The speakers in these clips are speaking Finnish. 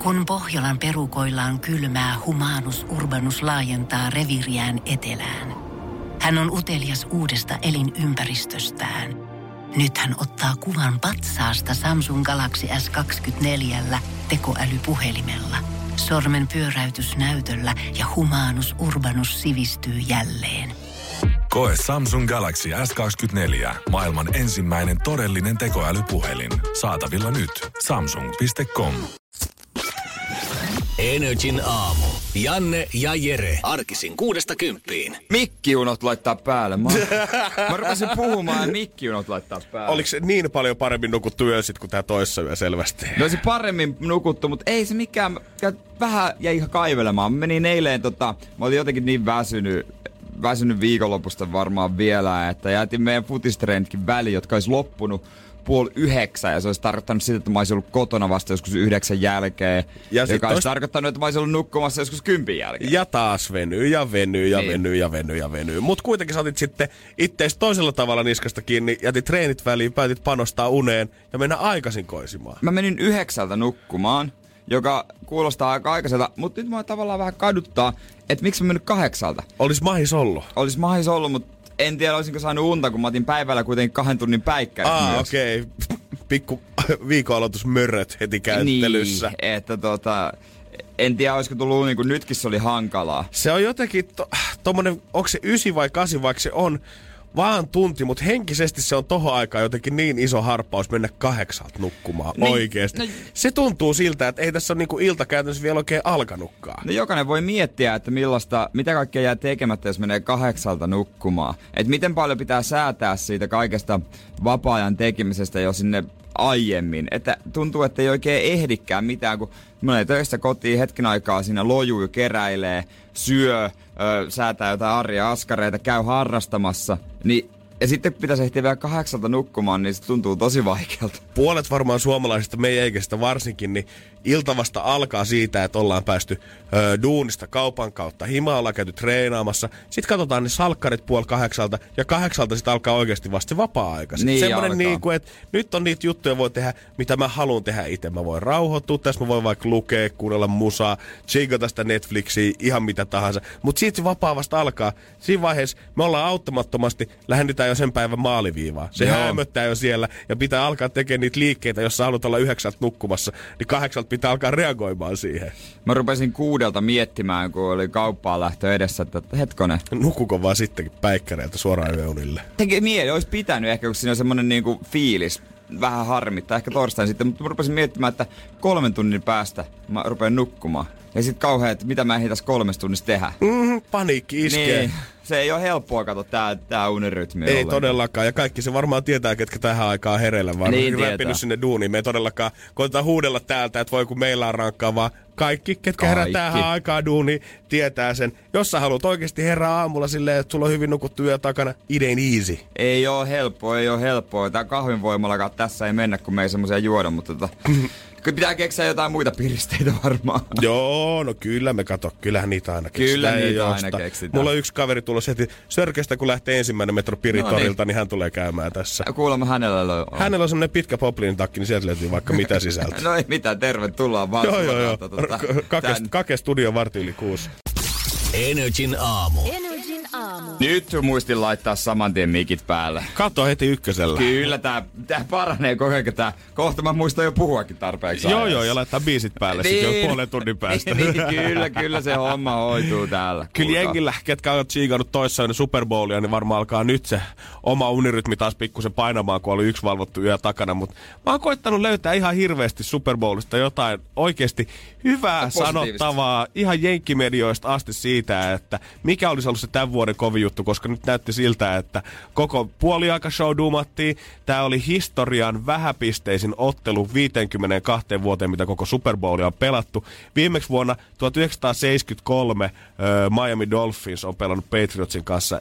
Kun Pohjolan perukoillaan kylmää, Humanus Urbanus laajentaa reviiriään etelään. Hän on utelias uudesta elinympäristöstään. Nyt hän ottaa kuvan patsaasta Samsung Galaxy S24 tekoälypuhelimella. Sormen pyöräytys näytöllä ja Humanus Urbanus sivistyy jälleen. Koe Samsung Galaxy S24. Maailman ensimmäinen todellinen tekoälypuhelin. Saatavilla nyt. Samsung.com. Energin aamu. Janne ja Jere. Arkisin 6–10. Mikki unohtu laittaa päälle. Mä rupesin puhumaan ja mikki unohtu laittaa päälle. Oliko se niin paljon paremmin nukuttu yö sit kuin tää toissa yö selvästi? No se paremmin nukuttu, mutta ei se mikään. Vähän jäi ihan kaivelemaan. Mä menin eilen mä olin jotenkin niin väsynyt viikonlopusta varmaan vielä, että jätin meidän futistreenitkin väliin, jotka olisi loppunut 8:30 ja se olisi tarkoittanut sitä, että mä olisin ollut kotona vasta joskus 9 jälkeen, joka olisi tarkoittanut, että mä olisin ollut nukkumassa joskus 10 jälkeen. Ja taas venyy. Mut kuitenkin sä otit sitten ittees toisella tavalla niskasta kiinni, jätit treenit väliin, päätit panostaa uneen ja mennä aikaisin koisimaan. Mä menin 9 nukkumaan, joka kuulostaa aika aikaiselta, mutta nyt mua tavallaan vähän kaduttaa, että miksi mä mennyt 8. Olis mahis ollut, mutta en tiedä, olisinko saanut unta, kun mä otin päivällä kuitenkin 2 tunnin päikkärit myös. Okei. Pikku viikonaloitusmörröt heti käyttelyssä. Niin, että en tiedä, olisiko tullut uni, kun nytkin se oli hankalaa. Se on jotenkin tommonen, onko se 9 vai 8, vaikka se on vaan tunti, mutta henkisesti se on tohon aikaan jotenkin niin iso harppaus mennä 8 nukkumaan oikeesti. No, se tuntuu siltä, että ei tässä ole niinku ilta käytännössä vielä oikein alkanutkaan. No jokainen voi miettiä, että mitä kaikkea jää tekemättä, jos menee 8 nukkumaan. Että miten paljon pitää säätää siitä kaikesta vapaa-ajan tekemisestä jo sinne aiemmin. Että tuntuu, että ei oikein ehdikään mitään, kun menee töistä kotiin hetken aikaa siinä lojuu, keräilee, syö, säätää jotain arjen askareita, käy harrastamassa, niin ja sitten pitäisi ehtiä vielä 8 nukkumaan, niin se tuntuu tosi vaikealta. Puolet varmaan suomalaisista, meidän eikästä varsinkin, niin ilta vasta alkaa siitä, että ollaan päästy duunista kaupan kautta himaan, ollaan käyty treenaamassa. Sitten katsotaan ne salkkarit 7:30 ja 8 sitten alkaa oikeasti vasta se vapaa-aika. Niin semmoinen niinku, että nyt on niitä juttuja voi tehdä, mitä mä haluan tehdä itse. Mä voin rauhoittua, tässä mä voin vaikka lukea, kuunnella musaa, chiikata sitä Netflixiä, ihan mitä tahansa. Mutta siitä se vapaa vasta alkaa. Siinä vaiheessa me ollaan auttamattomasti, lähennytään jo sen päivän maaliviivaa. Se hämöttää jo siellä ja pitää alkaa tekemään niitä liikkeitä, jos sä haluat olla 9 nukkumassa, niin 8 pitää alkaa reagoimaan siihen. Mä rupesin 6 miettimään, kun oli kauppaan lähtö edessä, että hetkonen. Nukuko vaan sittenkin päikkäreiltä suoraan yöunille? Teki mieli, olisi pitänyt ehkä, kun siinä on semmonen niinku fiilis. Vähän harmittaa, ehkä torstain sitten, mutta mä rupesin miettimään, että 3 tunnin päästä mä rupean nukkumaan. Ja sit kauhean, että mitä mä ehdin tässä 3 tunnissa tehdä. Paniikki iskee. Niin, se ei ole helppoa tää unirytmi. Ei todellakaan, ja kaikki se varmaan tietää, ketkä tähän aikaan hereillä vaan niin räpinyt sinne duuniin. Me ei todellakaan koitetaan huudella täältä, että voi kun meillä on rankkaa, vaan kaikki, ketkä herää tähän aikaan duuniin, tietää sen. Jos sä haluat oikeasti herää aamulla silleen, että sulla on hyvin nukuttu yö takana, it ain't easy. Ei oo helppoa. Tää kahvinvoimallakaan tässä ei mennä, kun me ei semmosia juoda, mutta pitää keksiä jotain muita piristeitä varmaan. Joo, no kyllä me kyllähän niitä aina keksitään. Mulla on yksi kaveri tulossa heti Sörkestä, kun lähtee ensimmäinen metro Piritorilta, niin hän tulee käymään tässä. Kuulemma hänellä on semmonen pitkä poplinin takki, niin sieltä löytyy vaikka mitä sisältä. No ei mitään, tervetuloa vaan. Joo. Kake studio 6:15. Energin aamu. Nyt muistin laittaa saman tien mikit päälle. Katso heti ykkösellä. Kyllä, tää paranee koko ajan. Kohta mä muistan jo puhuakin tarpeeksi. Joo, ja laittaa biisit päälle niin, sitten jo puolen tunnin päästä. Kyllä se homma hoituu täällä. Kyllä jengillä, ketkä on tsiikannut toissainen Super Bowlia, niin varmaan alkaa nyt se oma unirytmi taas pikkusen painamaan, kun oli yksi valvottu yö takana. Mutta mä oon koittanut löytää ihan hirveästi Super Bowlista jotain oikeasti hyvää sanottavaa ihan jenkkimedioista asti siitä, että mikä olisi ollut se tämän vuoden kovin juttu, koska nyt näytti siltä, että koko puoliaikashow duumattiin. Tää oli historian vähäpisteisin ottelu 52 vuoteen, mitä koko Super Bowlia on pelattu. Viimeksi vuonna 1973 Miami Dolphins on pelannut Patriotsin kanssa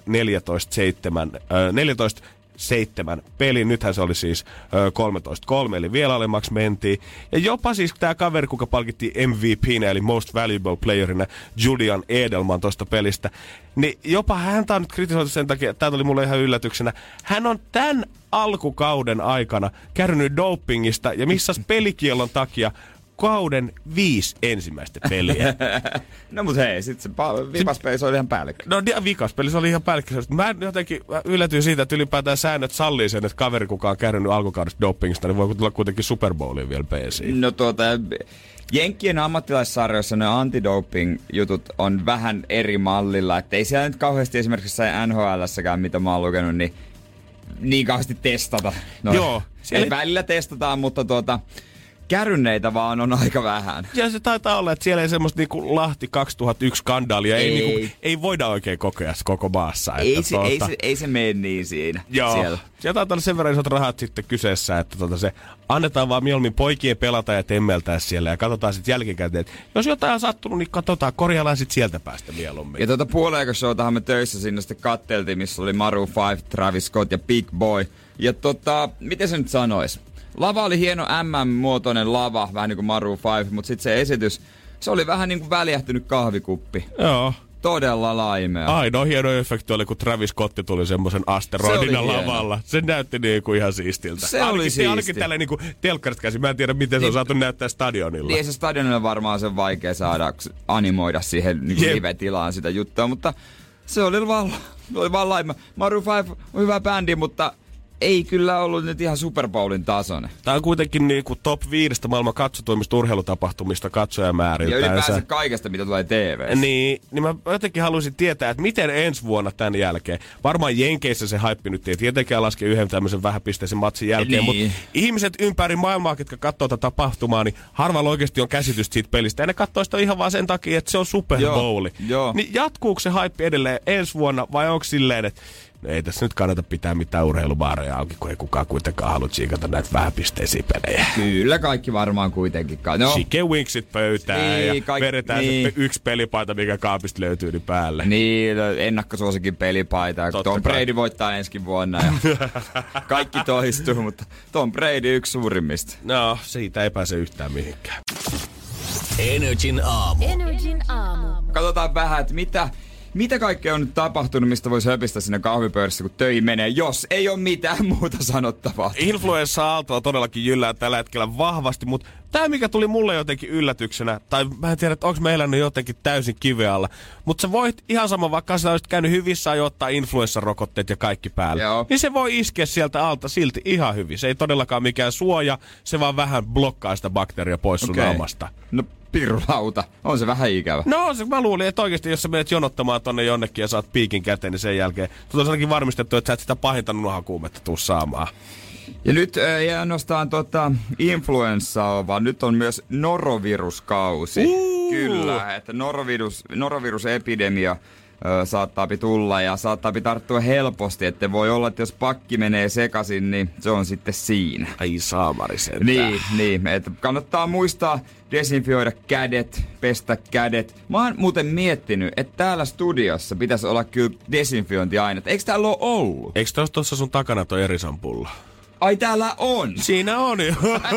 14-7 peli. Nythän se oli siis 13-3, eli vielä alemmaksi mentiin. Ja jopa siis tämä kaveri, kuka palkittiin MVP:nä, eli Most Valuable Playerina, Julian Edelman tuosta pelistä, niin jopa häntä on nyt kritisoitu sen takia, että tämä tuli mulle ihan yllätyksenä. Hän on tämän alkukauden aikana kärrynyt dopingista ja missas pelikiellon takia kauden 5 ensimmäistä peliä. No mut hei, sit se vipaspeli oli ihan päällekkö. No vikaspeli se oli ihan päällekkö. Mä jotenkin yllätyin siitä, että ylipäätään säännöt sallii sen, että kaveri kuka on kärrynyt alkukaudesta dopingista, niin voi tulla kuitenkin Super Bowliin vielä peesiin. No Jenkkien ammattilaissarjoissa ne antidoping-jutut on vähän eri mallilla, että ei siellä nyt kauheasti esimerkiksi NHL:ssäkään, mitä mä oon lukenut, niin kauheasti testata. No, joo. Välillä testataan, mutta kärynneitä vaan on aika vähän. Ja se taitaa olla, että siellä ei semmoista niinku Lahti 2001 skandaalia ei voida oikein kokea koko maassa. Ei se mene niin siinä. Joo. Siellä taitaa olla sen verran isot rahat sitten kyseessä, että se annetaan vaan mieluummin poikien pelata ja temmeltää siellä ja katsotaan sitten jälkikäteen, että jos jotain on sattunut, niin katsotaan, korjaillaan sitten sieltä päästä mieluummin. Ja puoliaikashowtahan me töissä sinne sitten katteltiin, missä oli Maroon 5, Travis Scott ja Big Boy. Ja miten se nyt sanois? Lava oli hieno MM-muotoinen lava, vähän niin kuin Maroon 5, mutta sitten se esitys, se oli vähän niin kuin väljähtynyt kahvikuppi. Joo. Todella laimea. Ainoa hieno efekti oli, kun Travis Scott tuli semmoisen asteroidina lavalla. Se näytti niinku ihan siistiltä. Se oli siisti. Ainakin tällä niinku telkkarista käsin. Mä en tiedä, miten se on saatu näyttää stadionilla. Niin, se stadionilla varmaan sen vaikea saada animoida siihen niinku live-tilaan sitä juttua, mutta se oli vaan laimea. Maroon 5 on hyvä bändi, mutta ei kyllä ollut nyt ihan Super Bowlin tasoinen. Tää on kuitenkin niinku top 5 maailman katsotuimmista urheilutapahtumista katsojamääriltä. Ja ylipäänsä kaikesta, mitä tulee TV:ssä. Niin mä jotenkin haluaisin tietää, että miten ensi vuonna tämän jälkeen. Varmaan Jenkeissä se haippi nyt ei tietenkään laske yhden tämmöisen vähäpisteisen matsin jälkeen, mutta ihmiset ympäri maailmaa, ketkä katsoo tätä tapahtumaa, niin harvalla oikeasti on käsitystä siitä pelistä. Ja ne katsoo sitä ihan vaan sen takia, että se on Super Bowl. Niin jatkuuko se haippi edelleen ensi vuonna vai onko silleen, että ei tässä nyt kannata pitää mitään urheilubaareja auki, kun ei kukaan kuitenkaan halua tsiikata näitä vähäpisteisiä pelejä. Kyllä kaikki varmaan kuitenkin. No. Chicken wingsit pöytään ja vedetään se yksi pelipaita, mikä kaapista löytyy, niin päälle. Niin, ennakkosuosikin pelipaita. Tom Brady voittaa ensi vuonna ja kaikki toistuu, mutta Tom Brady yksi suurimmista. No, siitä ei pääse yhtään mihinkään. Energin aamu. Katsotaan vähän, että mitä kaikkea on nyt tapahtunut, mistä voisi höpistä sinne kahvipöydässä, kun töihin menee, jos ei ole mitään muuta sanottavaa. Influenssa-aaltoa todellakin jyllää tällä hetkellä vahvasti, mutta tämä mikä tuli mulle jotenkin yllätyksenä, tai mä en tiedä, että onko me elänyt jotenkin täysin kiven alla, mutta sä voit ihan sama, vaikka sä olisit käynyt hyvissä ajoin ottaa influenssarokotteet ja kaikki päälle, niin se voi iskeä sieltä alta silti ihan hyvin. Se ei todellakaan mikään suoja, se vaan vähän blokkaa sitä bakteeria pois sun naamasta. No pirulauta, on se vähän ikävä. No mä luulin, että oikeasti jos sä menet jonottamaan tonne jonnekin ja saat piikin käteen, niin sen jälkeen on ainakin varmistettu, että sä et sitä pahinta nuhakuumetta tuu saamaan. Ja nyt ei ainoastaan influenssaa, vaan nyt on myös noroviruskausi. Kyllä, että norovirusepidemia saattaa tulla ja saattaa tarttua helposti, että voi olla, että jos pakki menee sekaisin, niin se on sitten siinä. Ai saamari sentään. Niin, että kannattaa muistaa desinfioida kädet, pestä kädet. Mä oon muuten miettinyt, että täällä studiossa pitäisi olla kyllä desinfiointiaineet. Eikö täällä ole ollut? Eikö tuossa sun takana toi Erisan-pulla? Ai täällä on! Siinä on jo.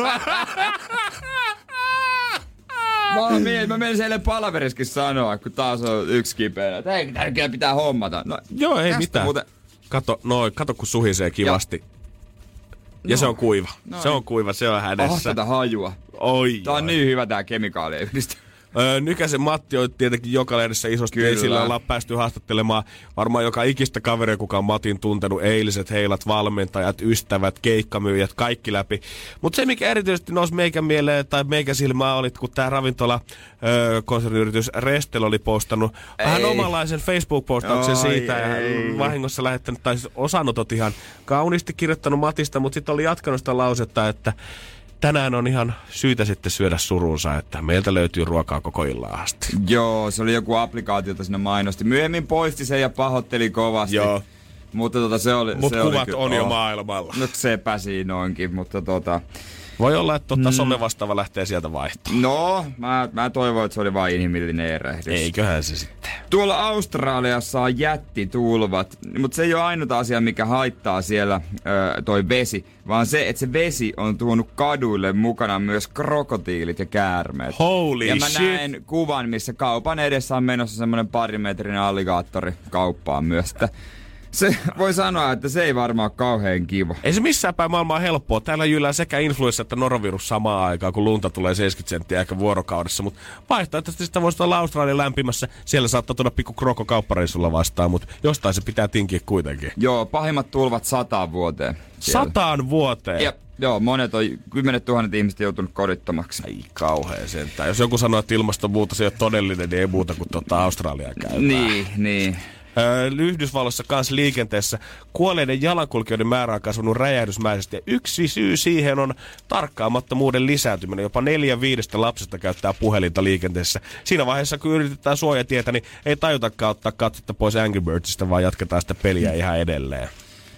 Mä menin eilen palaveriskin sanoa, kun taas on yksi kipeänä, että ei, tää pitää hommata. No, joo, ei mitään. Muuten... Kato kun suhisee kivasti. Ja se on kuiva. Se on kuiva, se on hänessä. Tätä hajua. Tää on niin hyvä tää kemikaalien yhdistys. Nykäsen Matti on tietenkin joka lehdessä isosti esillä. Ollaan päästy haastattelemaan varmaan joka ikistä kaveria, kuka on Matin tuntenut, eiliset heilat, valmentajat, ystävät, keikkamyyjät, kaikki läpi. Mutta se, mikä erityisesti nousi meikän mieleen tai meikän silmään oli, kun tää ravintola konserniyritys Restel oli postannut vähän omanlaisen Facebook-postauksen siitä ja vahingossa lähettänyt, tai osanotot ihan kauniisti kirjoittanut Matista, mutta sitten oli jatkanut sitä lausetta, että tänään on ihan syytä sitten syödä surunsa, että meiltä löytyy ruokaa koko illan asti. Joo, se oli joku applikaatio, jota sinne mainosti. Myöhemmin poisti sen ja pahoitteli kovasti. Joo. Mutta se oli... Mutta kuvat on jo maailmalla. No sepä siinä onkin, mutta voi olla, että somevastaava lähtee sieltä vaihtoon. No, mä toivon, että se oli vain inhimillinen erehdys. Eiköhän se sitten. Tuolla Australiassa on jättitulvat, mutta se ei ole ainut asia, mikä haittaa siellä toi vesi, vaan se, että se vesi on tuonut kaduille mukana myös krokotiilit ja käärmeet. Holy shit! Ja mä näen kuvan, missä kaupan edessä on menossa semmoinen 2 metrin alligaattori kauppaan myös. Se voi sanoa, että se ei varmaan ole kauhean kiva. Ei se missään päin maailmaa helppoa. Täällä jyllää sekä influenssa että norovirus samaan aikaan, kun lunta tulee 70 senttiä ehkä vuorokaudessa. Mutta vaihtoehtoisesti sitä voisi olla Australian lämpimässä. Siellä saattaa tulla pikku kroko kauppareissulla vastaan, mutta jostain se pitää tinkiä kuitenkin. Joo, pahimmat tulvat 100 vuoteen. 100 vuoteen? Ja, joo, monet on 10 000 ihmistä joutunut kodittomaksi. Ai kauhea sentään. Jos joku sanoo, että ilmastonmuutos ei ole todellinen, niin ei muuta kuin Australiaa käyttää. Niin. Yhdysvalloissa kanssa liikenteessä kuolleiden jalankulkijoiden määrä on kasvanut räjähdysmäisesti. Ja yksi syy siihen on tarkkaamattomuuden lisääntyminen. Jopa 4/5 lapsesta käyttää puhelinta liikenteessä. Siinä vaiheessa, kun yritetään suojatietä, niin ei tajutakaan ottaa katsetta pois Angry Birdsista, vaan jatketaan sitä peliä ihan edelleen.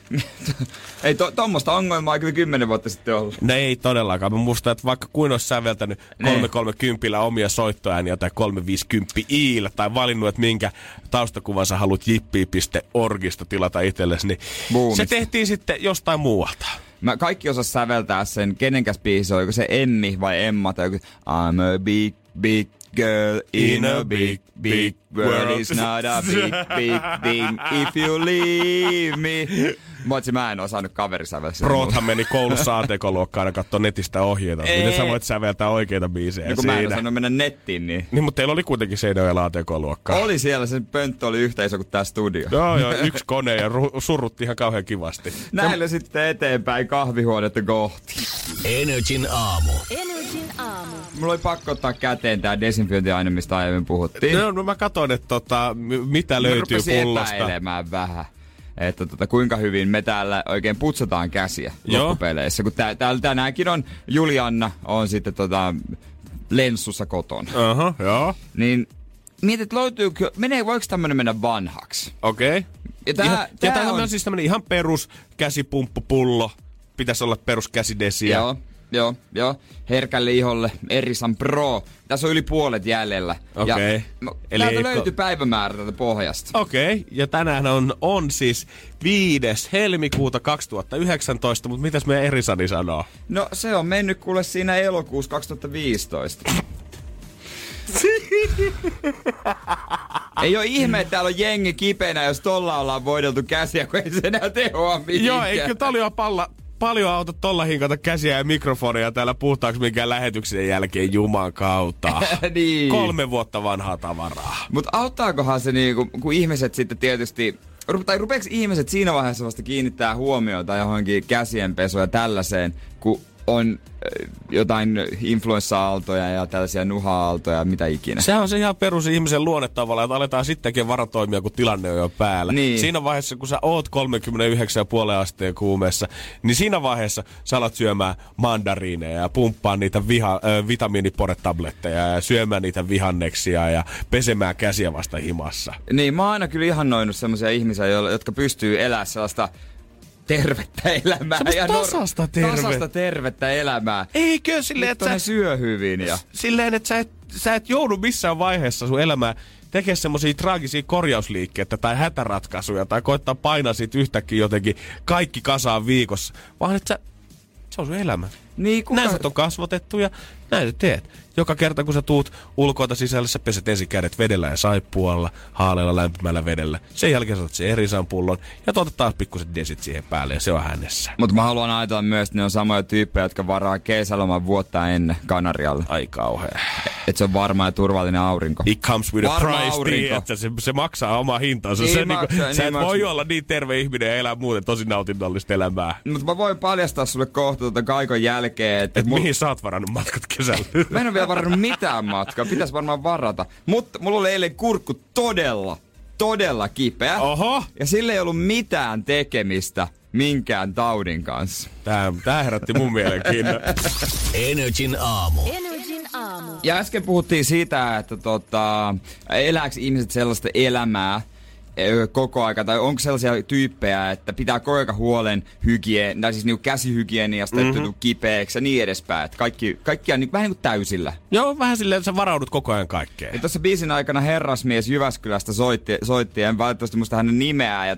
Ei tommoista ongelmaa kyllä 10 vuotta sitten ollut. No ei todellakaan. Mä muistan, että vaikka kuin olisi säveltänyt 330 omia soittoääniä tai 350 iillä tai valinnut, että minkä taustakuvansa haluat jippi.orgista tilata itsellesi, niin se tehtiin sitten jostain muualta. Mä kaikki osas säveltää sen, kenenkäs biisi on, se Emmi vai Emma tai joku I'm a big girl in a big world, it's not a big thing if you leave me. Mä en osannut kaverisäveltä. Proothan meni koulussa ATK-luokkaan ja katsoi netistä ohjeita. Miten sä voit säveltää oikeita biisejä kun mä en osannut mennä nettiin, niin... Niin, mutta teillä oli kuitenkin Seinäjoella ATK-luokkaa. Oli siellä, se pönttö oli yhtä iso kuin tää studio. Joo, yksi kone ja surrutti ihan kauhean kivasti. Näillä sitten eteenpäin kahvihuonetta kohti. Energin aamu. Mulla oli pakko ottaa käteen tää desinfiointiaine, mistä aiemmin puhuttiin. No mä katsoin, että mitä löytyy pullosta. Epäilemään vähän. Että kuinka hyvin me täällä oikein putsataan käsiä loppupeleissä. Kun tänäänkin on Julianna on sitten lenssussa kotona. Joo. Niin mietit, voiko tämmönen mennä vanhaksi? Okei. Ja tää on siis tämmönen ihan perus käsipumppupullo. Pitäisi olla perus käsidesiä. Joo. Herkälle iholle Erisan Pro. Tässä on yli puolet jäljellä. Okei. Täältä löytyy päivämäärä täältä pohjasta. Okei. Ja tänään on siis 5. helmikuuta 2019, mutta mitäs meidän Erisani sanoo? No se on mennyt kuule siinä elokuussa 2015. Ei oo ihme, että täällä on jengi kipeänä, jos tolla ollaan voideltu käsiä, kun ei se enää tehoa mihinkään. Joo, eikö tää oli jo paljon auta tolla hinkata käsiä ja mikrofonia täällä puhtaaksi minkään lähetyksen jälkeen Juman kautta. Niin. 3 vuotta vanhaa tavaraa. Mut auttaakohan se niinku, kun ihmiset sitten tietysti, tai rupeeks ihmiset siinä vaiheessa vasta kiinnittää huomiota johonkin käsienpesuun ja tällaiseen, kun on jotain influenssa-aaltoja ja tällaisia nuha-aaltoja, mitä ikinä. Sehän on se ihan perus ihmisen luonne tavallaan, että aletaan sittenkin varatoimia, kun tilanne on jo päällä. Niin. Siinä vaiheessa, kun sä oot 39,5 asteen kuumeessa, niin siinä vaiheessa sä alat syömään mandariineja ja pumppaa niitä vitamiiniporetabletteja ja syömään niitä vihanneksia ja pesemään käsiä vasta himassa. Niin, mä oon aina kyllä ihannoinut semmoisia ihmisiä, jotka pystyy elämään sellaista tervettä elämää. Tasasta tervettä elämää. Eikö silleen, että sä syö hyvin ja... Silleen, että sä et joudu missään vaiheessa sun elämää tekee semmosia traagisia korjausliikkeitä tai hätäratkaisuja tai koittaa painaa siitä yhtäkkiä jotenkin kaikki kasaan viikossa, vaan että se on sun elämä. Niin, näin sä on kasvatettu ja näin sä teet. Joka kerta kun sä tuut ulkoilta sisälle, sä peset ensin kädet vedellä ja saippualla, haaleella lämpimällä vedellä. Sen jälkeen sä otat sen Erisan pullon ja tuotat taas pikkuset desit siihen päälle ja se on hänessä. Mutta mä haluan ajatella myös, että ne on samoja tyyppejä, jotka varaa kesäloman vuotta ennen Kanarialla. Ai kauhea. Että se on varma ja turvallinen aurinko. It comes with a price, että se maksaa oma hintansa. Sä et voi olla niin terve ihminen ja elää muuten tosi nautinnollista elämää. Mutta mä voin paljastaa sulle kohta kaikon jälkeen. Että mihin sä oot varannut matkat kesällä? Mä en ole vielä varannut mitään matkaa. Pitäis varmaan varata. Mutta mulla oli eilen kurkku todella kipeä. Oho! Ja sillä ei ollut mitään tekemistä minkään taudin kanssa. Tää herätti mun mielenkiinnon. Energin aamu. Ja äsken puhuttiin siitä, että elääkö ihmiset sellaista elämää koko aika, tai onko sellaisia tyyppejä, että pitää koko ajan huolen niinku käsihygieniasta, että tuu kipeäksi ja niin edespäin. Että kaikki on vähän niin kuin täysillä. Joo, vähän silleen, että sä varaudut koko ajan kaikkeen. Ja tuossa biisin aikana herrasmies Jyväskylästä soitti en valitettavasti muista hänen nimeään, ja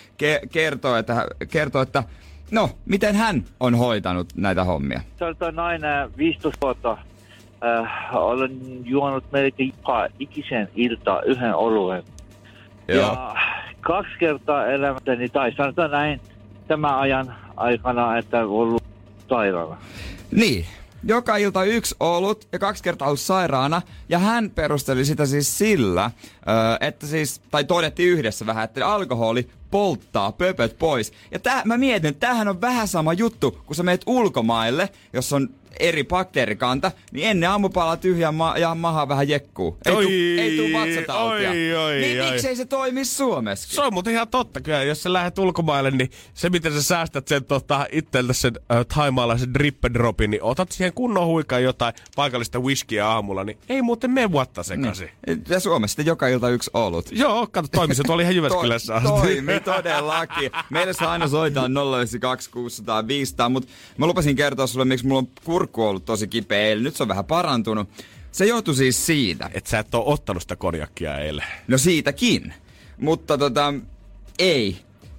kertoo, että no, miten hän on hoitanut näitä hommia. Se oli toi nainen 15 vuotta. Olen juonut melkein ikisen iltaa yhden oluen. Ja 2 kertaa elämässäni, tai sanotaan näin, tämän ajan aikana, että ollut sairaana. Niin. Joka ilta 1 olut ja 2 kertaa ollut sairaana. Ja hän perusteli sitä siis sillä, että siis, tai todettiin yhdessä vähän, että alkoholi polttaa pöpöt pois. Ja mä mietin, että tämähän on vähän sama juttu, kun sä meet ulkomaille, jos on eri bakteerikanta, niin ennen aamupalaa tyhjää ja mahaa vähän jekkuu. Ei tuu vatsatautia. Niin miksei se toimi Suomessakin? Se on muuten ihan totta kyllä. Jos sä lähdet ulkomaille, niin se miten sä säästät sen itseltä sen thaimaalaisen drippedropin, niin otat siihen kunnon huikaan jotain paikallista whiskyä aamulla, niin ei muuten mene vuotta sekaisin. Niin. Ja Suomessa sitten joka ilta 1 olut. Joo, kato, toimi se tuolla ihan Jyväskylässä asti. Toimi todellakin. Meille saa aina soittaa 092 600 500, mutta mä lupasin kertoa sulle, miksi mulla on kurkku ollut tosi kipeä eilen. Nyt se on vähän parantunut. Se johtui siis siitä. Et sä et oo ottanut sitä konjakkia eilen. No siitäkin. Mutta ei.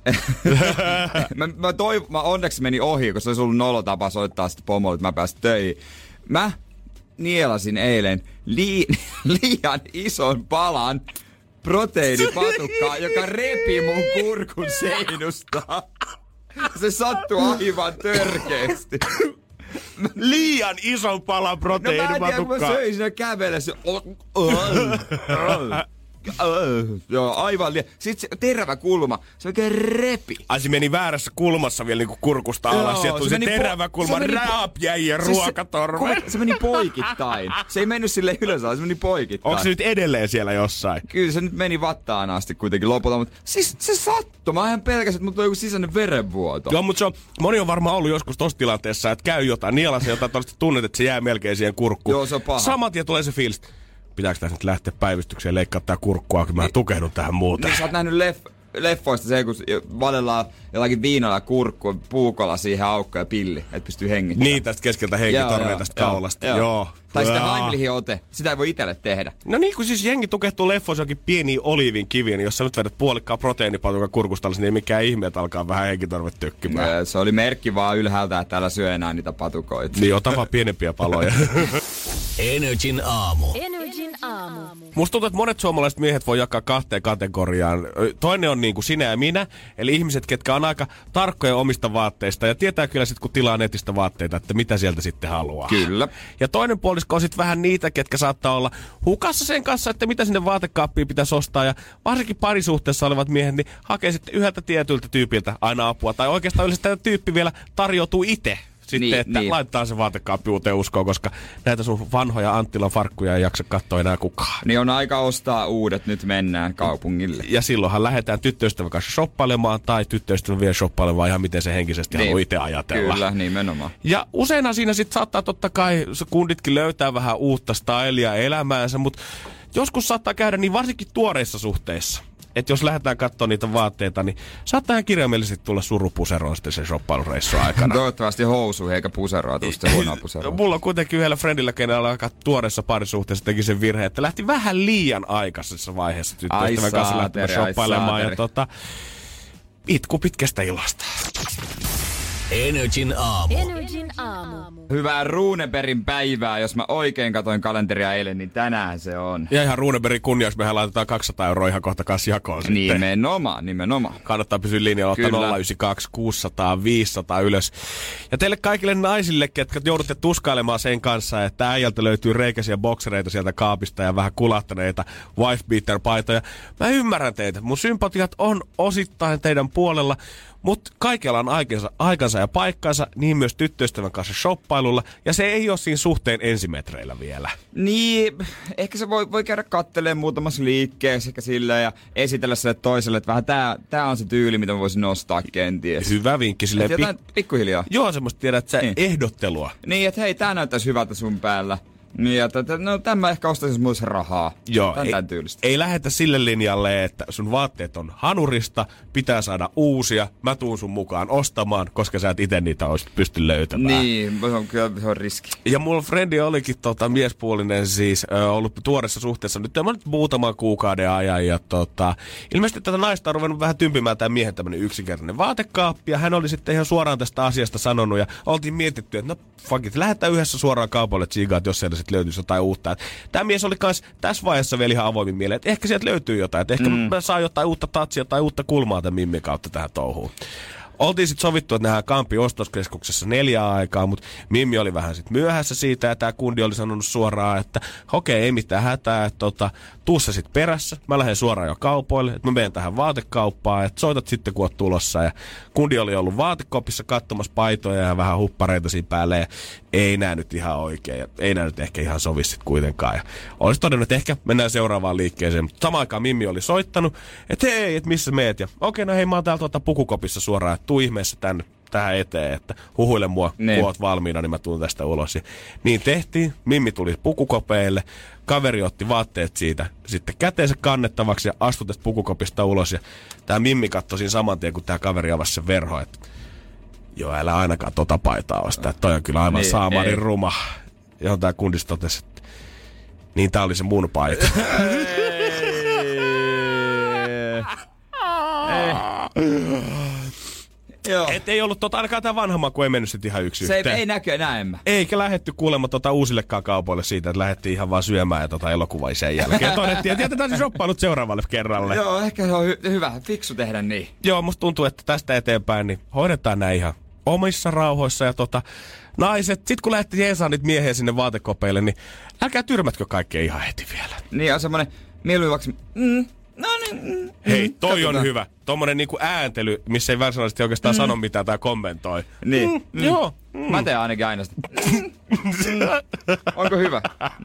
mä onneksi meni ohi, koska se olisi ollut nolotapa soittaa sitten pomolle, että mä pääsin töihin. Mä nielasin eilen liian ison palan proteiinipatukkaa, joka repi mun kurkun seinusta. Se sattui aivan törkeästi. Liian ison palan proteiinipatukkaa. No mä en tiedä, kun mä söin siinä kävelessä. Joo, aivan liian. Sitten se terävä kulma, se oikein repi. Ai se meni väärässä kulmassa vielä niinku kurkusta alas. Sieltä tuli se terävä kulma, raapjäijä ruokatorve. Se meni poikittain. Se ei mennyt silleen ylös, se meni poikittain. Onko se nyt edelleen siellä jossain? Kyllä se nyt meni vattaan asti kuitenkin lopulta, mutta siis se sattui. Mä ihan pelkäsin, että mulla on joku sisäinen verenvuoto. Joo, mutta moni on varmaan ollut joskus tossa tilanteessa, että käy jotain, nielase jotain, todella tunnet, että se jää melkein siihen kurkkuun. Joo, se on paha. Saman tien tulee se fiilis. Pitääkö tässä nyt lähteä päivystykseen ja leikkaa tää kurkkua, kun mä tukehdun tähän muuten. Niin sä oot nähnyt leffoista se, kun valellaan jollakin viinalla kurkkua, puukolla siihen aukkoon ja pilli, et pystyy hengittämään. Niin, tästä keskeltä henkitorveen tästä kaulasta. Joo. Tai sitä Heimlichin ote, sitä ei voi itselle tehdä. No niin, kun siis jengi tukehtuu leffoissa jokin pieniä oliivin kiviä, niin jos sä nyt vedät puolikkaan proteiinipatukan kurkusta, niin ei mikään ihme, että alkaa vähän henkitorvet tökkimään. Se oli merkki vaan ylhäältä, että täällä syö enää niitä patukoita. Niin, ota vaan pienempiä paloja. Energin aamu. Musta tuntuu, että monet suomalaiset miehet voi jakaa 2 kategoriaan. Toinen on niin kuin sinä ja minä, eli ihmiset, ketkä on aika tarkkoja omista vaatteista ja tietää kyllä sitten, kun tilaa netistä vaatteita, että mitä sieltä sitten haluaa. Kyllä. Ja toinen puolisko on sitten vähän niitä, ketkä saattaa olla hukassa sen kanssa, että mitä sinne vaatekaappiin pitäisi ostaa. Ja varsinkin parisuhteessa olevat miehet, niin hakee sitten yhdeltä tietyltä tyypiltä aina apua. Tai oikeastaan yleensä tämä tyyppi vielä tarjoutuu itse. Sitten, että laittaa se vaatekaappi uuteen uskoon, koska näitä sun vanhoja Anttilan farkkuja ei jaksa katsoa enää kukaan. Niin on aika ostaa uudet, nyt mennään kaupungille. Ja silloinhan lähdetään tyttöystävän kanssa shoppailemaan tai tyttöystävän vielä shoppailemaan ihan miten se henkisesti haluaa itse ajatella. Kyllä, nimenomaan. Ja useinhan siinä sitten saattaa totta kai kunditkin löytää vähän uutta stylia elämäänsä, mutta joskus saattaa käydä niin varsinkin tuoreissa suhteissa. Että jos lähdetään katsoa niitä vaatteita, niin saattaa ihan kirjaimellisesti tulla surupuseroon sitten sen shoppailureissun aikana. Toivottavasti housuihin eikä puseroa, tuosta huonoa puseroa. Mulla on kuitenkin yhdellä friendillä, kenellä aika tuoreessa parisuhteessa teki sen virhe, että lähti vähän liian aikaisessa vaiheessa tyttöystävän kanssa lähtemään shoppailemaan. Ja itku pitkästä ilosta. Energin aamu. Hyvää Runebergin päivää. Jos mä oikein katoin kalenteria eilen, niin tänään se on. Ja ihan Runebergin kunniaksi mehän laitetaan 200 € ihan kohta kanssa jakoon sitten. Nimenomaan. Kannattaa pysyä linjalla, ottaa 092 600 500 ylös. Ja teille kaikille naisille, ketkä joudutte tuskailemaan sen kanssa, että äijältä löytyy reikäisiä boksereita sieltä kaapista ja vähän kulahtaneita wife beater paitoja. Mä ymmärrän teitä. Mun sympatiat on osittain teidän puolella. Mutta kaikella on aikansa ja paikkansa, niin myös tyttöystävän kanssa shoppailulla, ja se ei ole siinä suhteen ensimetreillä vielä. Niin, ehkä se voi käydä kattelemaan muutamassa liikkeessä ehkä silleen ja esitellä sille toiselle, että vähän tää on se tyyli, mitä mä voisin nostaa kenties. Hyvä vinkki silleen. Pikkuhiljaa. Joo, semmoista tiedät, että ehdottelua. Niin, että hei, tää näyttäisi hyvältä sun päällä. Niin, ja tämä ehkä ostaisin muissa rahaa. Joo, ei lähetä sille linjalle, että sun vaatteet on hanurista, pitää saada uusia, mä tuun sun mukaan ostamaan, koska sä et ite niitä olisi pysty löytämään. Niin, se on riski. Ja mulla frendi olikin miespuolinen siis, ollut tuoreessa suhteessa nyt muutaman kuukauden ajan, ja ilmeisesti tätä naista on ruvennut vähän tympimään tämän miehen tämmönen yksinkertainen vaatekaappi, ja hän oli sitten ihan suoraan tästä asiasta sanonut, ja oltiin mietitty, että no fuck it, lähdetään yhdessä suoraan kaupalle tsiigaan, jos siellä sit löytyisi jotain uutta. Tämä mies oli kans tässä vaiheessa vielä ihan avoimin mieleen, että ehkä sieltä löytyy jotain, että ehkä mä saan jotain uutta tatsia tai uutta kulmaa tämän Mimmin kautta tähän touhuun. Oltiin sitten sovittu, että nähdään Kampin ostoskeskuksessa 4 aikaa, mutta Mimmi oli vähän sitten myöhässä siitä ja tämä kundi oli sanonut suoraan, että okei, ei mitään hätää, että tuu sä sitten perässä. Mä lähden suoraan jo kaupoille, että mä menen tähän vaatekauppaan, että soitat sitten kun oot tulossa. Ja kundi oli ollut vaatekopissa katsomassa paitoja ja vähän huppareita siinä päälle ja ei nää nyt ihan oikein ja ei nää nyt ehkä ihan sovi sitten kuitenkaan. Ja olisi todennut, että ehkä mennään seuraavaan liikkeeseen, mutta samaan aikaan Mimmi oli soittanut, että hei, että missä meet? Ja okei, no hei, mä oon täältä pukukopissa suoraan, että tuu ihmeessä tähän eteen, että huhuile mua, kun oot valmiina, niin mä tuun tästä ulos. Ja niin tehtiin, Mimmi tuli pukukopeille, kaveri otti vaatteet siitä sitten käteensä kannettavaksi ja astui tästä pukukopista ulos. Ja tää Mimmi katsoi siinä saman tien, kun tää kaveri avasi sen verho, että joo, älä ainakaan tota paitaa ostaa, että toi on kyllä aivan niin, saamarin ruma. Johon tää kundis totesi, että niin tää oli se mun paita. Et ei ollut ainakaan tää vanha maku ei mennyt sit ihan yksi se yhteen. Ei näemmä. Eikä lähetty kuulemma uusillekaan kaupoille siitä, että lähdettiin ihan vaan syömään ja elokuvaa sen jälkeen. Todettiin, että jätetään se shoppailut seuraavalle kerralle. Joo, ehkä se on hyvä, fiksu tehdä niin. Joo, musta tuntuu, että tästä eteenpäin niin hoidetaan nää ihan omissa rauhoissa ja naiset, sit kun lähti jeesaan niitä miehiä sinne vaatekopeille, niin älkää tyrmätkö kaikkea ihan heti vielä. Niin on semmonen mieluivaksi, Hei, toi on hyvä. Tommonen niinku ääntely, missä ei varsinaisesti oikeastaan sano mitään tai kommentoi. Niin. Joo. Mä teen ainakin aina sitä. Onko hyvä?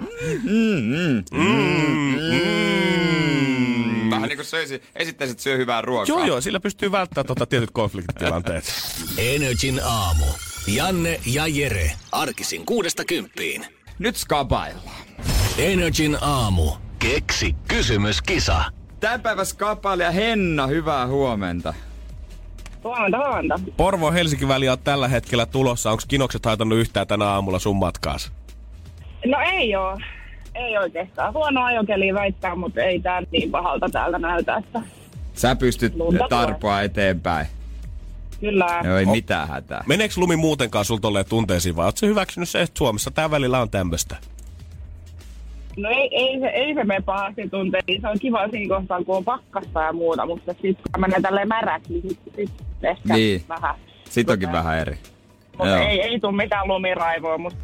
Vähän niinku esittäisit syö hyvää ruokaa. Joo, sillä pystyy välttämään tietyt konfliktitilanteet. Energin aamu. Janne ja Jere. Arkisin 6–10. Nyt skapaillaan. Energin aamu. Keksi kysymyskisa. Tämän päivän skapailija Henna, hyvää huomenta. Huomenta. Porvoo-Helsinki-väli on tällä hetkellä tulossa. Onko kinokset haitannut yhtään tänä aamulla sun matkaas? No ei oo. Ei oikeastaan. Huono ajokeli väittää, mutta ei tää niin pahalta täältä näytä. Sä pystyt tarpoa eteenpäin. Kyllä. No ei mitään hätää. Meneekö lumi muutenkaan sul tolleen tunteisiin vai oot sä hyväksynyt se, että Suomessa tää välillä on tämmöstä? No ei se mene pahasti tunteisiin. Se on kiva siinä kohtaa, kun on pakkasta ja muuta, mutta sitten kun menee tälleen märäksi, niin sit ehkä vähän. Sit onkin vähän eri. Mutta ei tule mitään lumiraivoa, mutta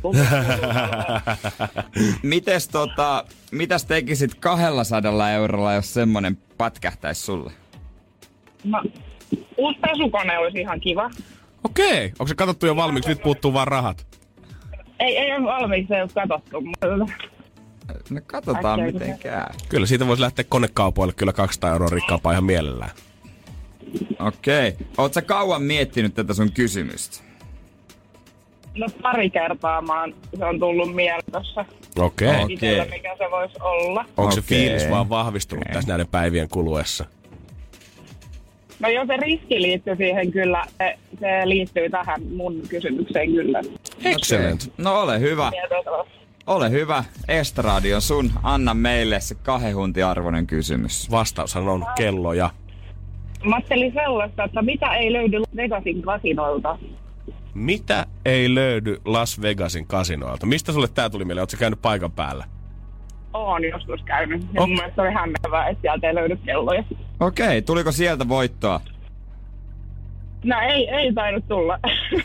mitäs tekisit 200 eurolla, jos semmonen pätkähtäisi sulle? No, uusi pesukone olisi ihan kiva. Okei. Onko se katsottu jo valmiiksi? Nyt puuttuu vaan rahat. Ei ole valmiiksi, ei ole katsottu. No katsotaan miten käy. Kyllä siitä voisi lähteä konekaupoille kyllä 200 euroa rikkaampaa ihan mielellään. Okei. Oot sä kauan miettinyt tätä sun kysymystä? No pari kertaa se on tullut mieleen tossa. Okei. Mikä se voisi olla. Onko se fiilis vaan vahvistunut tässä näiden päivien kuluessa? No jos se riski liittyy siihen kyllä, se liittyy tähän mun kysymykseen kyllä. Excellent. No ole hyvä. Ole hyvä. Estradio sun. Anna meille se 2 huntiarvoinen kysymys. Vastaushan on kelloja. Mä ajattelin sellaista, että mitä ei löydy Vegasin kasinoilta? Mitä ei löydy Las Vegasin kasinoilta? Mistä sulle tää tuli mieleen? Ootko sä käynyt paikan päällä? Oon joskus käynyt. Ja mun mielestä oli hämmentävää, että sieltä ei löydy kelloja. Okei, tuliko sieltä voittoa? No ei tainnut tulla.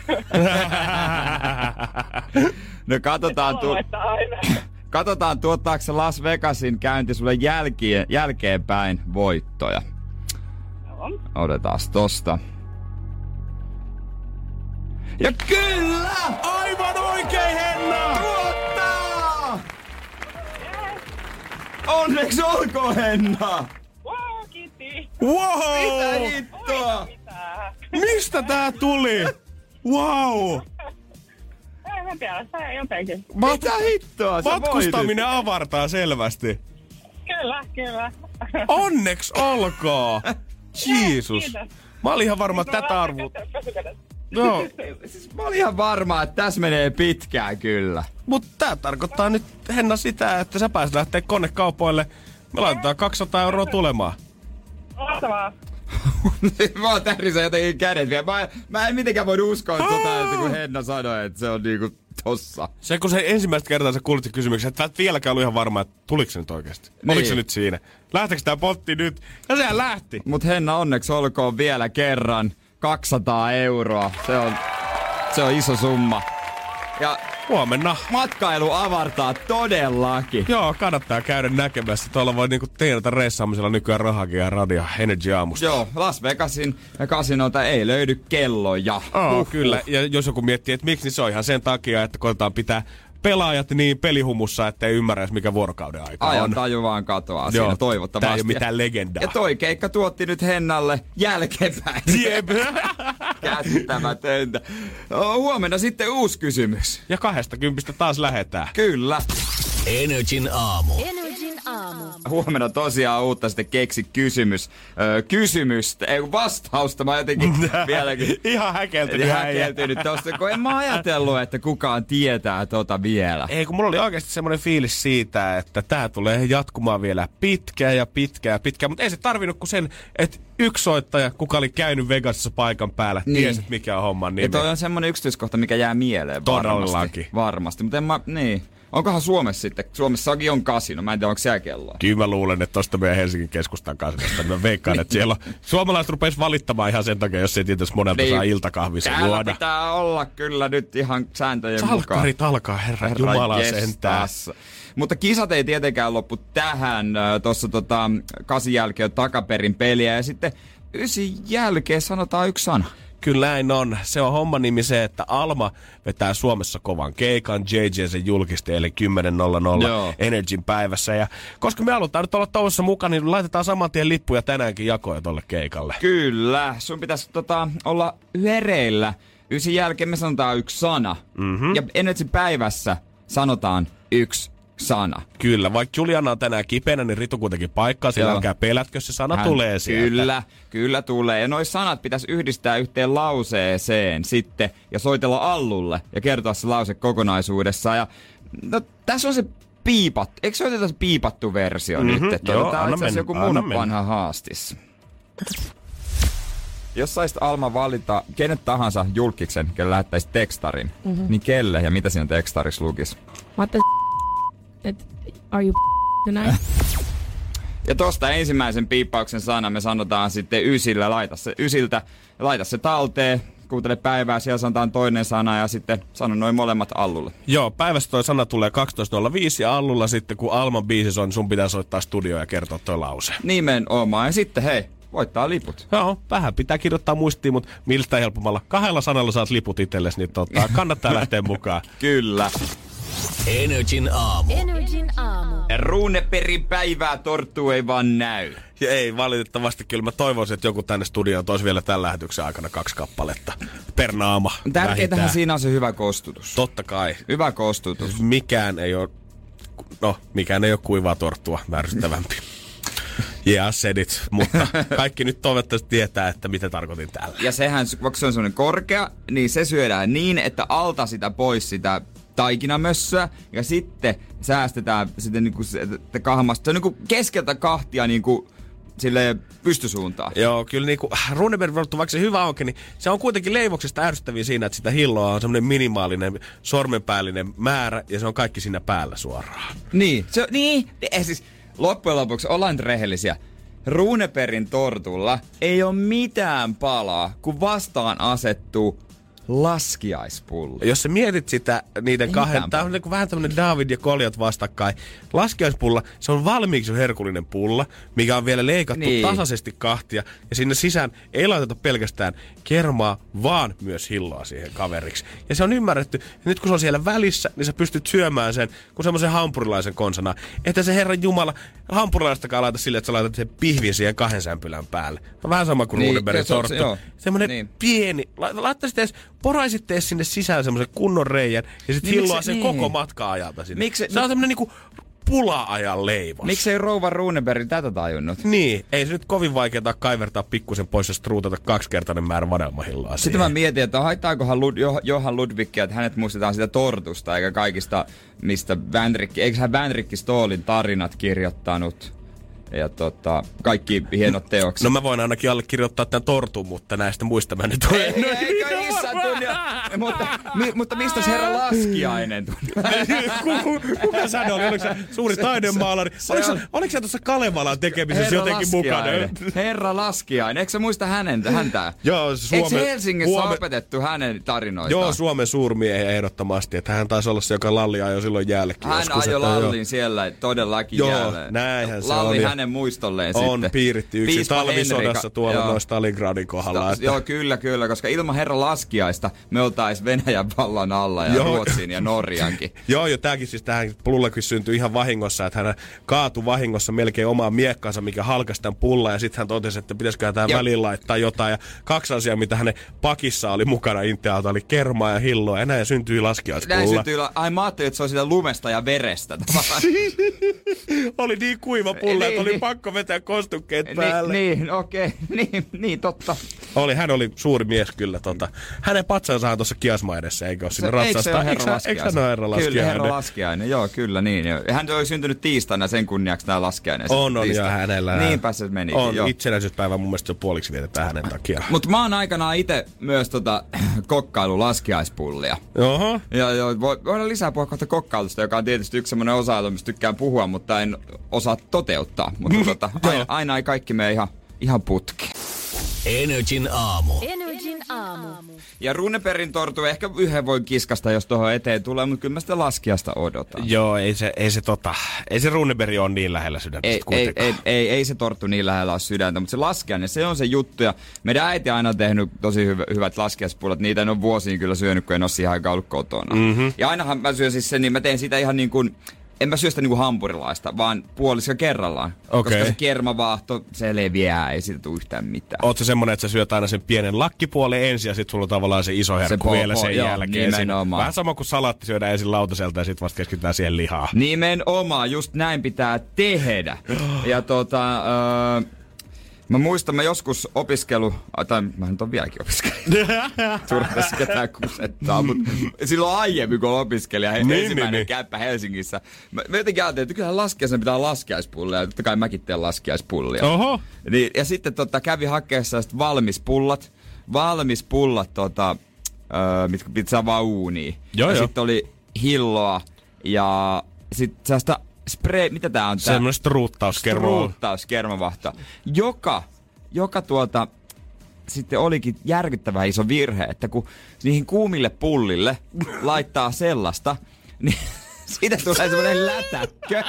No katsotaan tuottaako se Las Vegasin käynti sulle jälkeenpäin voittoja. Joo. Otetaan tosta. Ja kyllä! Aivan oikein, Henna! Tuottaa! Onneksi olkoon, Henna! Wow, kiitti! Wow! Mitä hittoa? Mistä tää tuli? Wow! Ei mä tiedä, se jotenkin. Mitä hittoa? Matkustaminen avartaa selvästi. Kyllä. Onneksi olkoon! Jeesus. Kiitos. Mä olin ihan varma, että tätä arvoa. Joo. Siis mä olin ihan varma, että tässä menee pitkään kyllä. Mutta tää tarkoittaa nyt, Henna, sitä, että sä pääset lähteä konekaupoille. Me laitetaan 200 euroa tulemaan. Mahtavaa. Mä oon tärisä jotenkin kädet vielä. Mä en mitenkään voinut uskoa että kun Henna sanoi, että se on niinku tossa. Se kun se ensimmäistä kertaa sä kuulit kysymyksen, että et vieläkään ollut ihan varma, että tuliko se nyt oikeasti. Niin. Oliko se nyt siinä? Lähteekö tää potti nyt? Ja sehän lähti. Mut Henna, onneksi olkoon vielä kerran 200 €. Se on iso summa. Ja huomenna matkailu avartaa todellakin. Joo, kannattaa käydä näkemässä. Tuolla voi niinku teenata reissaamisella nykyään rahakin ja Radio Energy aamusta. Joo, Las Vegasin kasinolta ei löydy kelloja. Kyllä. Ja jos joku miettii, että miksi, niin se on ihan sen takia, että koetaan pitää pelaajat niin pelihumussa, ettei ymmärrä edes mikä vuorokauden aika on. Ajan taju vaan katoaa siinä toivottavasti. Tää ei ole mitään legendaa. Ja toi keikka tuotti nyt Hennalle jälkeenpäin. Jep. Käsittämätöntä. Huomenna sitten uusi kysymys. Ja 20 taas lähetään. Kyllä. Energin aamu. Huomenna tosiaan uutta sitten keksi kysymystä. Ei vastausta, mä jotenkin vieläkin. Ihan häkeltynyt tosta, kun en mä ajatellut, että kukaan tietää tota vielä. Ei, kun mulla oli oikeasti semmoinen fiilis siitä, että tää tulee jatkumaan vielä pitkään, mutta ei se tarvinnut kuin sen, että yksi soittaja, kuka oli käynyt Vegasissa paikan päällä, tiesi, mikä on homman nimi. Ja toi on semmoinen yksityiskohta, mikä jää mieleen varmasti. Mutta onkohan Suomessa sitten? Suomessakin on kasino. Mä en tiedä, onko siellä kelloa. Kyllä mä luulen, että tosta meidän Helsingin keskustan kasinosta. Mä veikkaan, että siellä suomalaiset rupes valittamaan ihan sen takia, jos ei tietysti monelta saa iltakahvissa juoda. Täällä pitää olla kyllä nyt ihan sääntöjen mukaan. Salkkarit alkaa, herra Jumala sentään. Mutta kisat ei tietenkään loppu tähän. Tuossa kasin jälkeen on takaperin peliä ja sitten 9 jälkeen sanotaan yksi sana. Kyllä näin on. Se on homman nimi se, että Alma vetää Suomessa kovan keikan. JJ sen julkisti eli 10.00 Energyn päivässä. Ja koska me halutaan nyt olla touossa mukana, niin laitetaan saman tien lippuja tänäänkin jakoja tolle keikalle. Kyllä. Sun pitäisi olla hereillä. 9 jälkeen me sanotaan yksi sana. Mm-hmm. Ja Energyn päivässä sanotaan yksi sana. Kyllä, vaikka Juliana on tänään kipeänä, niin Ritu kuitenkin paikkaa, sillä älkää pelätkö, se sana tulee sieltä. Kyllä tulee. Ja noi sanat pitäisi yhdistää yhteen lauseeseen sitten ja soitella Allulle ja kertoa se lause kokonaisuudessaan. Ja no, tässä on se eikö soiteta se piipattu versio nyt? Joo, tämä on itse asiassa joku mun vanha haastis. Jos saisit Alma valita kenet tahansa julkiksen, kelle lähettäisi tekstarin, niin kelle ja mitä siinä tekstarissa lukisi? Mä ajattelin, että are you tonight? Ja tosta ensimmäisen piippauksen sana me sanotaan sitten ysillä. Laita se talteen, kuuntele päivää, siellä sanotaan toinen sana ja sitten sano noin molemmat Allulle. Joo, päivässä toi sana tulee 12.05 ja Allulla sitten kun Alman biisi on, sun pitää soittaa studioon ja kertoa toi lause. Nimenomaan. Ja sitten hei, voittaa liput. Joo, vähän pitää kirjoittaa muistiin, mutta miltä helpommalla. 2 sanalla saat liput itsellesi, niin kannattaa lähteä mukaan. Kyllä. Energin aamu. Runeperin päivää torttu ei vaan näy. Ja ei, valitettavasti kyllä mä toivoisin, että joku tänne studioon toisi vielä tämän lähetyksen aikana 2 kappaletta per naama. Tärkeintähän siinä on se hyvä kostutus. Totta kai. Hyvä kostutus. Mikään ei ole kuivaa torttua värsyttävämpi. Said it. Mutta kaikki nyt toivottavasti tietää, että mitä tarkoitin täällä. Ja sehän, vaikka se on semmoinen korkea, niin se syödään niin, että alta sitä pois sitä taikinamössöä ja sitten säästetään sitten niinku kahmasta. Se on niinku keskeltä kahtia niinku silleen pystysuuntaan. Joo, kyllä niinku Runeberg, vaikka se hyvä onkin, niin se on kuitenkin leivoksesta ärsyttäviä siinä, että sitä hilloa on semmoinen minimaalinen sormenpäällinen määrä ja se on kaikki siinä päällä suoraan. Niin, siis loppujen lopuksi ollaan rehellisiä. Runebergin tortulla ei ole mitään palaa, kun vastaan asettuu laskiaispullo. Jos sä mietit sitä niiden kahden, tää on niinku vähän tämmönen David ja Goliat vastakkain. Laskiaispulla, se on valmiiksi herkullinen pulla, mikä on vielä leikattu tasaisesti kahtia. Ja sinne sisään ei laiteta pelkästään kermaa, vaan myös hilloa siihen kaveriksi. Ja se on ymmärretty, että nyt kun se on siellä välissä, niin sä pystyt syömään sen kuin semmoisen hampurilaisen konsana. Että se Herran Jumala hampurilaistakaan laita sille, että sä laitat sen pihvin siihen 2 sämpylän päälle. On vähän sama kuin Runebergin torttu. Semmoinen pieni, laittaisit edes poraisitte sinne sisään semmoisen kunnon reijän ja sit hilloa sen koko matka ajalta sinne. Se on semmonen niinku pula-ajan leivos. Miksei rouva Runeberg tätä tajunnut? Niin, ei se nyt kovin vaikeaa kaivertaa pikkusen pois ja struutata 2-kertainen määrä vadelmahilloa siihen. Sitten mä mietin, että haittaakohan Johan Ludvigia, että hänet muistetaan sitä tortusta eikä kaikista, mistä eiköhän Vänrikki Stoolin tarinat kirjoittanut. Ja kaikki hienot teokset. No mä voin ainakin allekirjoittaa tämän tortun, mutta näistä muista mä nyt olen. missään tunnia. Mutta mistä herra Laskiainen Kuka sanoi? Oliko se suuri taidemaalari? Oliko se tuossa Kalevalan tekemisessä jotenkin mukana? Herra Laskiainen. Eikö sä muista häntä? Joo, eikö Helsingissä opetettu hänen tarinoistaan? Joo, Suomen suurmiehiä ehdottomasti. Että hän taisi olla se, joka lalli ajoi silloin jäällekin. Hän ajoi lallin siellä todellakin jäälle. Joo, näinhän se lalli on. hänen muistolleen on sitten. piiritti yksin talvisodassa tuolla noin Stalingradin kohdalla. Joo, kyllä, koska ilman herra Laskiaista me oltais Venäjän vallan alla ja Ruotsin ja Norjankin. Joo, tämäkin siis tähän Plullakin syntyi ihan vahingossa, että hän kaatui vahingossa melkein omaan miekkaansa, mikä halkasi tämän pullan, ja sitten hän totesi, että pitäisiköhän tähän väliin laittaa jotain. Ja 2 asiaa, mitä hänen pakissa oli mukana Intealta, oli kermaa ja hilloa, ja näin syntyi Laskiaispulla. Ai mä ajattelin, että se on sitä lumesta ja verestä. Oli niin kuiva pulla, että oli pakko vetää kostukkeet päälle. Niin, totta. Hän oli suuri mies kyllä. Hänen patsansa on tuossa Kiasma edessä, eikö ole sinne ratsastaa? Eikö hän ole herra Laskiainen? Kyllä, herra Laskiainen, joo, kyllä niin. Hän oli syntynyt tiistaina sen kunniaksi tää Laskiainen. On ja hänellä. Niinpä se meni. On, itsenäisyyspäivä mun mielestä jo puoliksi vietetään hänen takia. Mut mä oon aikanaan ite myös kokkailu laskiaispullia. Oho. Ja voidaan lisää puhua kohta kokkailusta, joka on tietysti yksi semmonen osa-alue, mistä tykkään puhua, mutta en osaa toteuttaa. Mutta aina ei kaikki mene ihan putkeen. Energin aamu. Ja Runebergin tortu ehkä yhden voi kiskasta, jos tuohon eteen tulee, mutta kyllä mä sitä laskiasta odotan. Joo, ei se Runeberg ole niin lähellä sydäntä kuitenkaan. Ei se torttu niin lähellä ole sydäntä, mutta se laskiainen, se on se juttu. Ja meidän äiti aina tehnyt tosi hyvät laskiaispullat. Niitä en ole vuosiin kyllä syönyt, kun en ole siihen aikaan ollut kotona. Mm-hmm. Ja ainahan mä syön siis sen, niin mä teen sitä ihan niin kuin... En mä syö sitä niinku hampurilaista, vaan puoliska kerrallaan. Okay. Koska se kermavaahto, se leviää, ei siitä tule yhtään mitään. Ootko semmonen, että sä syöt aina sen pienen lakkipuolen ensin ja sit sulla on tavallaan se iso herkku vielä sen jälkeen. Vähän sama kuin salaatti syödään ensin lautaselta ja sit vasta keskitytään siihen lihaan. Nimenomaan, just näin pitää tehdä. Ja mä muistan, mä joskus mä en ole vieläkin opiskelija. Turvassa ketään kusettaa, mutta silloin aiemmin, kun opiskelija ensimmäinen käppä Helsingissä. Mä jotenkin ajattelin, että kyllähän laskiaisena pitää laskiaispullia, ja totta kai mäkin teen laskiaispullia. Oho. Niin, ja sitten kävi hakeessa valmispullat, mitkä pitää vaan uuniin. Ja sitten oli hilloa ja sitten sellaista mitä tää on? Semmoinen struuttauskermavahto. Joka sitten olikin järkyttävän iso virhe, että kun niihin kuumille pullille laittaa sellaista, niin siitä tulee semmoinen lätäkkö.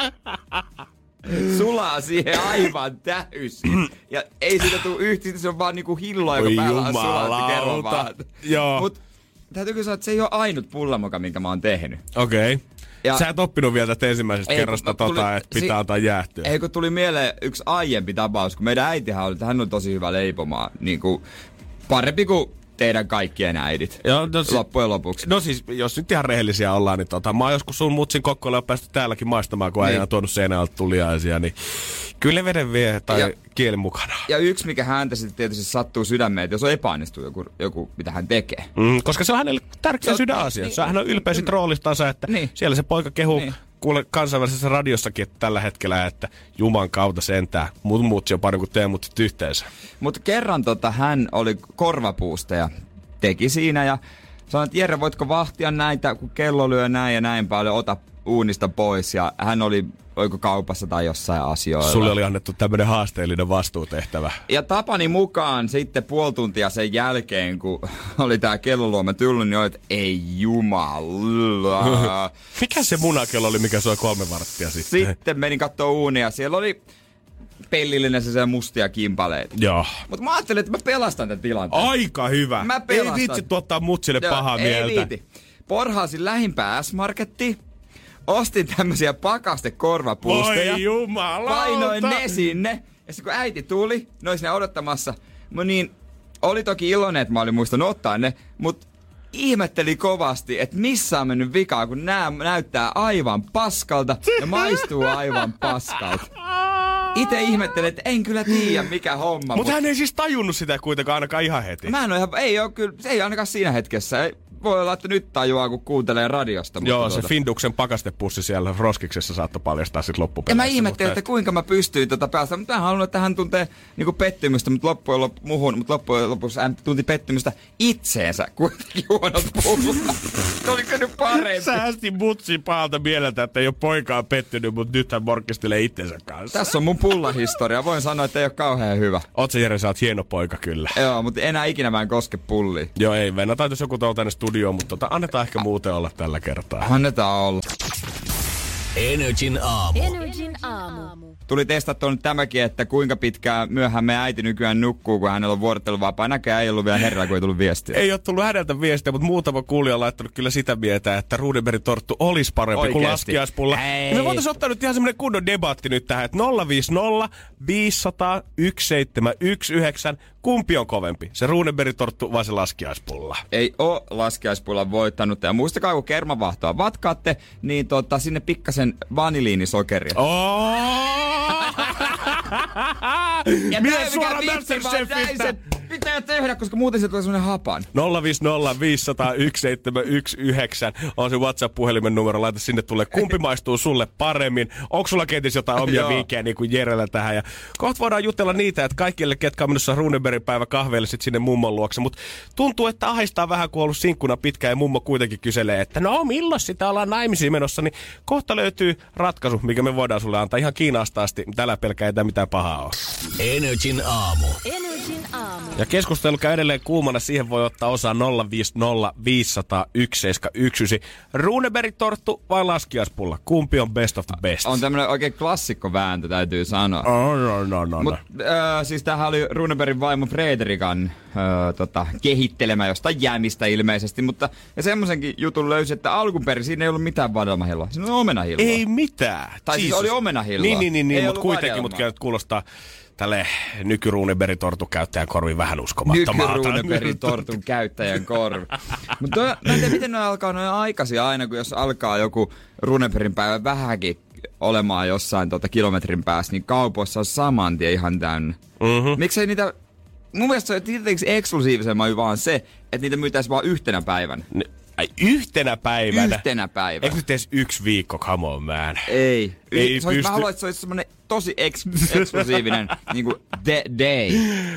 Sulaa siihen aivan täysin. Ja ei siitä tule yhtään, se on vaan niinku hilloa, joka päällä on sulatti kermavahto. Mut täytyy kyllä sanoa, että se ei ole ainut pullamoka, minkä mä oon tehnyt. Okei. Sä et oppinut vielä tästä ensimmäisestä kerrasta että pitää antaa jäähtyä. Ei, kun tuli mieleen yksi aiempi tapaus, kun meidän äitihän oli, että hän on tosi hyvä leipomaan. Niin kuin, parempi kuin teidän kaikkien äidit. Loppujen lopuksi. No siis, jos nyt ihan rehellisiä ollaan, niin mä oon joskus sun mutsin kokkoille on päästy täälläkin maistamaan, kun äijä on tuonut seinältä tuliaisia, niin kyllä veden vie tai kieli mukana. Ja yksi, mikä häntä sitten tietysti sattuu sydämeen, että jos on epäonnistuu joku mitä hän tekee. Koska se on hänelle tärkeä sydänasia. Niin, hän on ylpeä sit roolistansa, että siellä se poika kehuu kuule kansainvälisessä radiossakin että tällä hetkellä, että Juman kautta sentään. Mun mutsi on paremmin kuin teidän mutsit yhteensä. Mutta kerran hän oli korvapuusta ja teki siinä ja sanoi, että Jere, voitko vahtia näitä, kun kello lyö näin ja näin paljon, ota uunista pois. Ja hän oli oiko kaupassa tai jossain asioilla. Sulle oli annettu tämmönen haasteellinen vastuutehtävä. Ja tapani mukaan sitten puoli tuntia sen jälkeen, kun oli tää kelloluoma tullut, niin oli, että ei jumala. Mikä se munakello oli, mikä soi 3 varttia sitten? Sitten menin kattoo uunia. Siellä oli pellillinen se mustia kimpaleita. Joo. Mutta mä ajattelin, että mä pelastan tämän tilanteen. Aika hyvä. Mä pelastan. Ei vitsi tuottaa mutsille pahaa mieltä. Ei viiti. Porhaasin lähimpää S-Markettiin. Ostin tämmösiä pakastekorvapuusteja. Voi jumalauta. Painoin ne sinne. Ja sitten kun äiti tuli, ne oli siinä odottamassa. Niin oli toki iloinen, että mä olin muistanut ottaa ne. Mutta ihmetteli kovasti, että missä on mennyt vikaa, kun nää näyttää aivan paskalta ja maistuu aivan paskalta. Itse ihmettelin, että en kyllä tiedä mikä homma. Mutta hän ei siis tajunnut sitä kuitenkaan ainakaan ihan heti. Mä en ole ihan, ei ole kyllä, se ei ainakaan siinä hetkessä. voi olla, että nyt tajuaa, kun kuuntelee radiosta. Joo, se Finduksen pakastepussi siellä roskiksessa saattoi paljastaa sit loppupeleissä. Ja mä ihmettelin, että kuinka mä pystyin päästä. Mutta mä halunnut, että hän tuntee niinku pettymystä, mutta loppujen lopuksi hän tunti pettymystä itseensä, kuitenkin huonot puhua. Oliko nyt parempi? Säästi mutsin paalta mieleltä, että ei ole poikaa pettynyt, mutta nyt hän morkistelee itsensä kanssa. Tässä on mun pullahistoria. Voin sanoa, että ei ole kauhean hyvä. Oot sä, Jere, sä oot hieno poika kyllä. Joo, mutta enää ikinä mä en koske pulliin. Joo, ei. Vennataan, jos joku tuo tänne studioon, mutta annetaan ehkä muuten olla tällä kertaa. Annetaan olla. Energin aamu. Tuli testattua nyt tämäkin, että kuinka pitkään myöhään meidän äiti nykyään nukkuu, kun hänellä on vuorotteluvapaa. Näköjään ei ollut vielä herää, kun ei tullut viestiä. Ei ole tullut häneltä viestiä, mutta muutama kuulija on laittanut kyllä sitä mieltä, että Runeberg-torttu olisi parempi kuin laskiaispulla. Me voitaisiin ottaa nyt ihan semmoinen kunnon debatti nyt tähän, että 050 500 1719. Kumpi on kovempi? Se Runeberg-torttu vai se laskiaispulla? Ei oo laskiaispulla voittanut. Ja muistakaa, kun kermavahtoa vatkaatte, niin sinne pikkasen vaniliinisokeria. Ja mies suoraan MasterChefistä. Pitää tehdä, koska muuten se tulee semmonen hapan. 050 500 1719 on se WhatsApp-puhelimen numero. Laita sinne tulee. Kumpi maistuu sulle paremmin? Onko sulla kenties jotain omia vinkkejä niin kuin Jerellä tähän? Ja kohta voidaan jutella niitä, että kaikille, ketkä on menossa Runebergin päivä kahveille sit sinne mummon luokse. Mutta tuntuu, että ahistaa vähän, kun on ollut sinkkuna pitkään ja mummo kuitenkin kyselee, että no milloin sitä ollaan naimisiin menossa. Niin kohta löytyy ratkaisu, mikä me voidaan sulle antaa ihan Kiinasta asti. Tällä pelkää ei mitään pahaa ole. Energin aamu. Ja keskustelu käy edelleen kuumana. Siihen voi ottaa osaa 050 500 1719. Runeberg-torttu vai laskiaispulla? Kumpi on best of the best? On tämmönen oikein klassikkovääntö, täytyy sanoa. No. Mut siis tämähän oli Runebergin vaimo Frederikan kehittelemä jostain jäämistä ilmeisesti. Mutta ja semmosenkin jutun löysi, että alkuperin siinä ei ollut mitään vadelmahilloa. Siinä oli omenahilloa. Ei mitään. Tai siis oli omenahilloa. Niin, mutta kuitenkin mut kuulostaa tälle nyky-Runeberg-tortun käyttäjän korviin vähän uskomattomalta. Nyky-Runeberg-tortun käyttäjän korvi. Mutta mä en tiedä, miten ne alkaa noin aikaisin aina, kun jos alkaa joku Runebergin päivä vähänkin olemaan jossain kilometrin päässä, niin kaupoissa on saman tien ihan täynnä. Miksei niitä... Mun mielestä se on tietenkin eksklusiivisemman vaan se, että niitä myytäisiin vaan yhtenä päivänä. Yhtenä päivänä? Yhtenä päivänä. Eikö nyt edes 1 viikko, come on man? Ei mä haluan, että se olisi semmonen tosi eksklusiivinen niinku the day.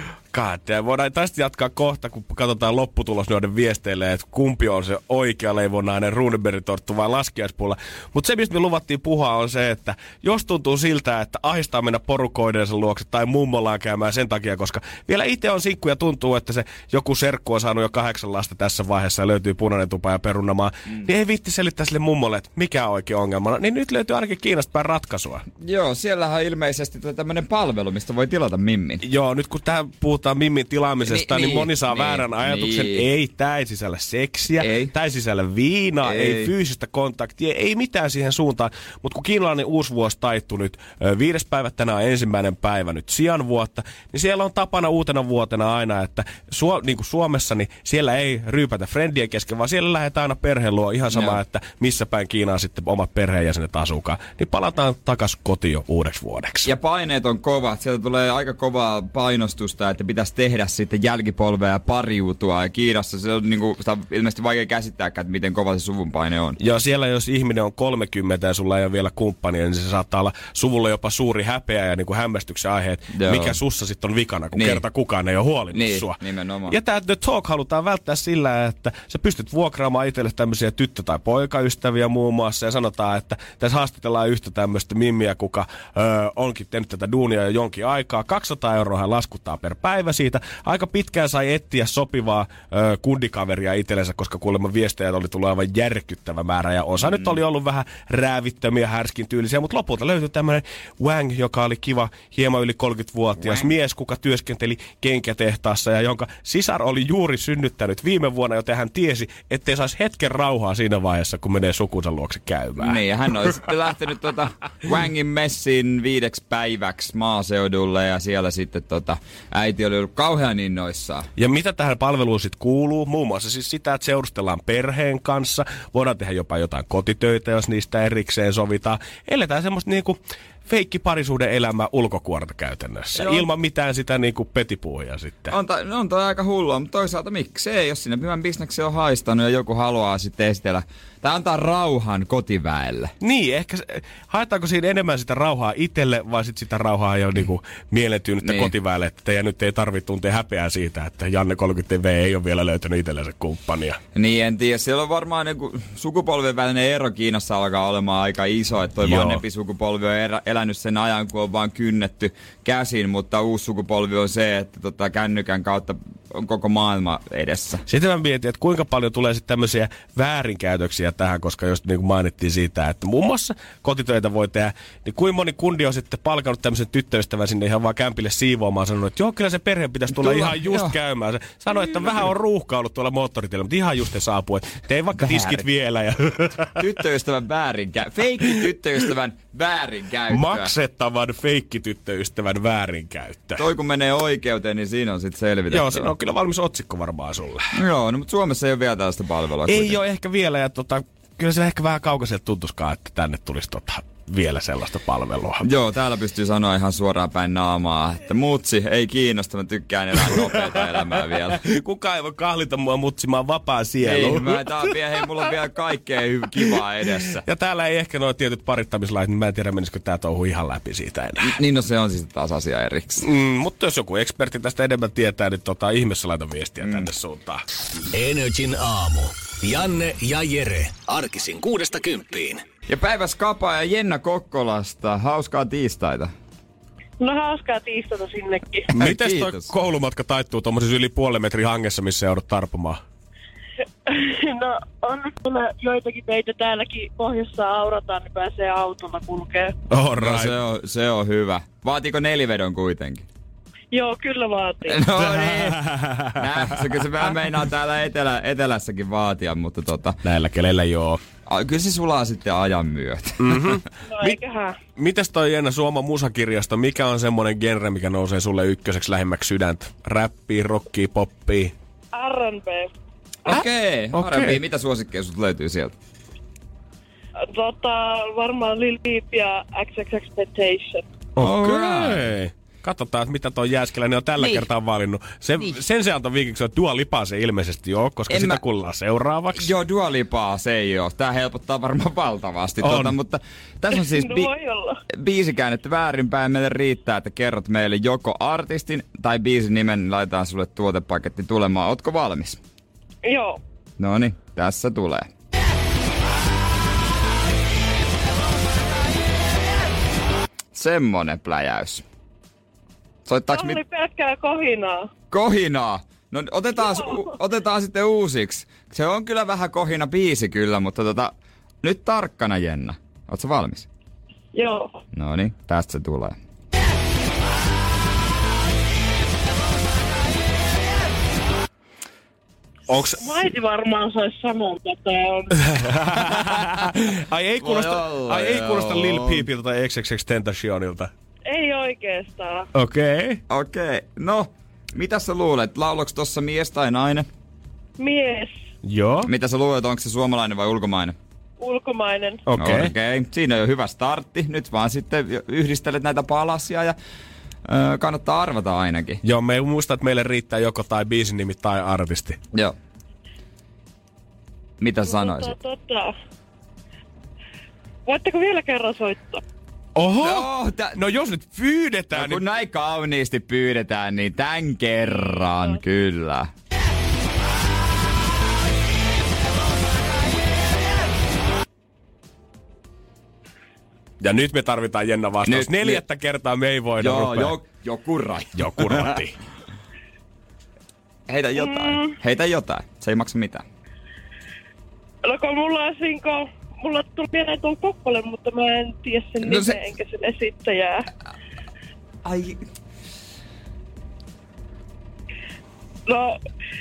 God, voidaan tästä jatkaa kohta, kun katsotaan lopputulos noiden viesteille, että kumpi on se oikea leivonainen Runeberg-torttu vai laskiaispulla. Mutta se, mistä me luvattiin puhua, on se, että jos tuntuu siltä, että ahistaa mennä porukoidensa luokse tai mummollaan käymään sen takia, koska vielä itse on sinkku ja tuntuu, että se joku serkku on saanut jo 8 lasta tässä vaiheessa ja löytyy punainen tupa ja perunamaa, niin ei viitti selittää sille mummolle, että mikä on oikein ongelmana. Niin nyt löytyy ainakin Kiinasta päin ratkaisua. Joo, siellähän on ilmeisesti tämmöinen palvelu, mistä voi tilata Mimmin. Joo, nyt kun tähän puhutaan Mimmin tilaamisesta, niin moni saa väärän ajatuksen. Ei, tää ei sisällä seksiä, tää ei sisällä viinaa, ei fyysistä kontaktia, ei mitään siihen suuntaan. Mutta kun kiinalainen uusi vuosi taittuu nyt 5. päivä, tänään on 1. päivä nyt sian vuotta, niin siellä on tapana uutena vuotena aina, että niin kuin Suomessa, niin siellä ei ryypätä friendien kesken, vaan siellä lähdetään aina perheen luo ihan sama, että missä päin Kiinaa sitten omat perheenjäsenet asuukaan. Niin palataan takas kotiin jo uudeksi vuodeksi. Ja paineet on kovat. Sieltä tulee aika kovaa painostusta, että pitäisi tehdä sitten jälkipolvea ja pariutua. Ja Kiinassa se on niinku, sitä on ilmeisesti vaikea käsittääkään, että miten kova se suvun paine on. Joo, siellä jos ihminen on 30 ja sulla ei ole vielä kumppania, niin se saattaa olla suvulle jopa suuri häpeä ja niinku hämmästyksen aihe, että mikä sussa sitten on vikana, kun kerta kukaan ei ole huolinut sua. Nimenomaan. Ja tää The Talk halutaan välttää sillä, että sä pystyt vuokraamaan itselle tämmöisiä tyttö- tai poikaystäviä muun muassa ja sanotaan, että tässä haastatellaan yhtä tämmöistä mimmiä, kuka onkin tehnyt tätä duunia jo jonkin aikaa. 200 € hän laskuttaa per päivä siitä. Aika pitkään sai etsiä sopivaa kundikaveria itsellensä, koska kuulemma viestejä oli tullut aivan järkyttävä määrä. Ja osa nyt oli ollut vähän räävittömiä, härskin tyylisiä, mutta lopulta löytyi tämmöinen Wang, joka oli kiva, hieman yli 30-vuotias mies, kuka työskenteli kenkätehtaassa ja jonka sisar oli juuri synnyttänyt viime vuonna, joten hän tiesi, ettei saisi hetken rauhaa siinä vaiheessa, kun menee sukunsa luokse käymään. Niin, ja hän oli sitten lähtenyt Wangin messiin 5 päiväksi maaseudulle ja siellä sitten äiti oli ollut kauhean innoissaan. Ja mitä tähän palveluun sitten kuuluu? Muun muassa siis sitä, että seurustellaan perheen kanssa. Voidaan tehdä jopa jotain kotitöitä, jos niistä erikseen sovitaan. Eletään semmoista niinku feikki parisuuden elämä ulkokuorta käytännössä. Joo. Ilman mitään sitä niinku petipuuhia sitten. On toi aika hullua, mutta toisaalta miksei, jos sinne hyvän bisneksen on haistanut ja joku haluaa sitten esitellä. Tai antaa rauhan kotiväelle. Niin, ehkä haetaanko siinä enemmän sitä rauhaa itselle vai sitten sitä rauhaa jo niinku mielentynyttä kotiväelle, että teidän nyt ei tarvitse tuntea häpeää siitä, että Janne 30V ei ole vielä löytänyt itsellensä kumppania. Niin, en tiedä. Siellä on varmaan sukupolvien välinen ero Kiinassa alkaa olemaan aika iso, että toi vanhempi sukupolvi on elänyt sen ajan, kun on vaan kynnetty käsin, mutta uusi sukupolvi on se, että kännykän kautta on koko maailma edessä. Sitten mä mietin, että kuinka paljon tulee sitten tämmöisiä väärinkäytöksiä tähän, koska just niin kuin mainittiin siitä, että muun muassa kotitöitä voi tehdä, niin kuinka moni kundi on sitten palkannut tämmöisen tyttöystävän sinne ihan vaan kämpille siivoamaan, sanonut, että joo, kyllä se perhe pitäisi tulla ihan just käymään. Se sanoi, että vähän on ruuhkaa ollut tuolla moottoritiellä, mutta ihan just saapuu, että tee vaikka tiskit vielä. Ja tyttöystävän feikki tyttöystävän väärinkäyttöä. Maksettavan feikkityttöystävän väärinkäyttö. Toi kun menee oikeuteen, niin siinä on sitten selvitetty. Joo, siinä on kyllä valmis otsikko varmaan sulle. Joo, no, mutta Suomessa ei ole vielä tällaista palvelua. Ei ole ehkä vielä, ja kyllä se ehkä vähän kaukaiselta tuntuisikaan, että tänne tulisi vielä sellaista palvelua. Joo, täällä pystyy sanoa ihan suoraan päin naamaa, että mutsi ei kiinnosta, mä tykkään elää nopeata elämää vielä. Kukaan ei voi kahlita mua mutsi, mä oon vapaa sielu. Hei, mulla on vielä kaikkea kivaa edessä. Ja täällä ei ehkä nuo tietyt parittamislait, niin mä en tiedä menisikö tää touhu ihan läpi siitä enää. Niin, no se on siis taas asia erikseen. Mutta jos joku ekspertti tästä enemmän tietää, niin ihmeessä laita viestiä tänne suuntaan. NRJ:n aamu. Janne ja Jere. Arkisin 6–10. Ja päivä Skapa ja Jenna Kokkolasta. Hauskaa tiistaita. No hauskaa tiistaita sinnekin. Mites toi koulumatka taittuu tuommoisessa yli puolen metrin hangessa, missä joudut tarpomaan? No on kyllä joitakin teitä täälläkin pohjassa aurataan, niin pääsee autolla kulkee. Right. No, se on hyvä. Vaatiiko nelivedon kuitenkin? Joo, kyllä vaatii. No niin. Se vähän meinaa täällä etelässäkin vaatia, mutta näillä keleillä joo. Kyllä se sulaa sitten ajan myötä. No eiköhän. Mites toi Jenna Suomen musakirjasto, mikä on semmonen genre, mikä nousee sulle ykköseksi lähemmäksi sydäntä? Räppiä, rockia, poppia? R&B. Okei. R&B. Mitä suosikkeja sut löytyy sieltä? Varmaan Lil Peep ja XXXTentacion. Okei. Katsotaan, että mitä toi Jääskeläinen on tällä kertaa valinnut. Sen sijaan viikiksi on Dua Lipaa se ilmeisesti joo, koska sitä kuullaan seuraavaksi. Joo, Dua Lipaa se ei oo. Tää helpottaa varmaan valtavasti. Mutta tässä on siis biisikäännettä väärinpäin. Meille riittää, että kerrot meille joko artistin tai biisin nimen, niin laitetaan sulle tuotepaketti tulemaan. Ootko valmis? Joo. Noniin, tässä tulee. Semmonen pläjäys. Soittaaks oli pelkkää kohinaa. Kohinaa? No otetaan sitten uusiksi. Se on kyllä vähän kohina biisi kyllä, mutta nyt tarkkana Jenna. Ootko valmis? Joo. Noniin, tästä se tulee. Maiti varmaan sais sanoa tätä. Ai ei kuulosta Lil Peepiltä tai XXXTentacionilta. Ei oikeastaan. Okei. No, mitä sä luulet? Lauloks tossa mies tai nainen? Mies. Joo. Mitä sä luulet, onko se suomalainen vai ulkomainen? Ulkomainen. Okei. Siinä on jo hyvä startti. Nyt vaan sitten yhdistelet näitä palasia ja kannattaa arvata ainakin. Joo, me ei muista, että meille riittää joko tai biisin nimi tai artisti. Joo. Mitä sanoisit? Voitteko vielä kerran soittaa? Oho! No jos nyt pyydetään... No kun näin kauniisti pyydetään, niin tän kerran kyllä. Ja nyt me tarvitaan Jenna vastaus. 4. kertaa me ei voida rupea. Joku ratti. Heitä jotain. Se ei maksa mitään. No kun mulla tuli mieleen tuon Kokkolen, mutta mä en tiedä sen nimeä enkä sen esittäjää. Ai... No...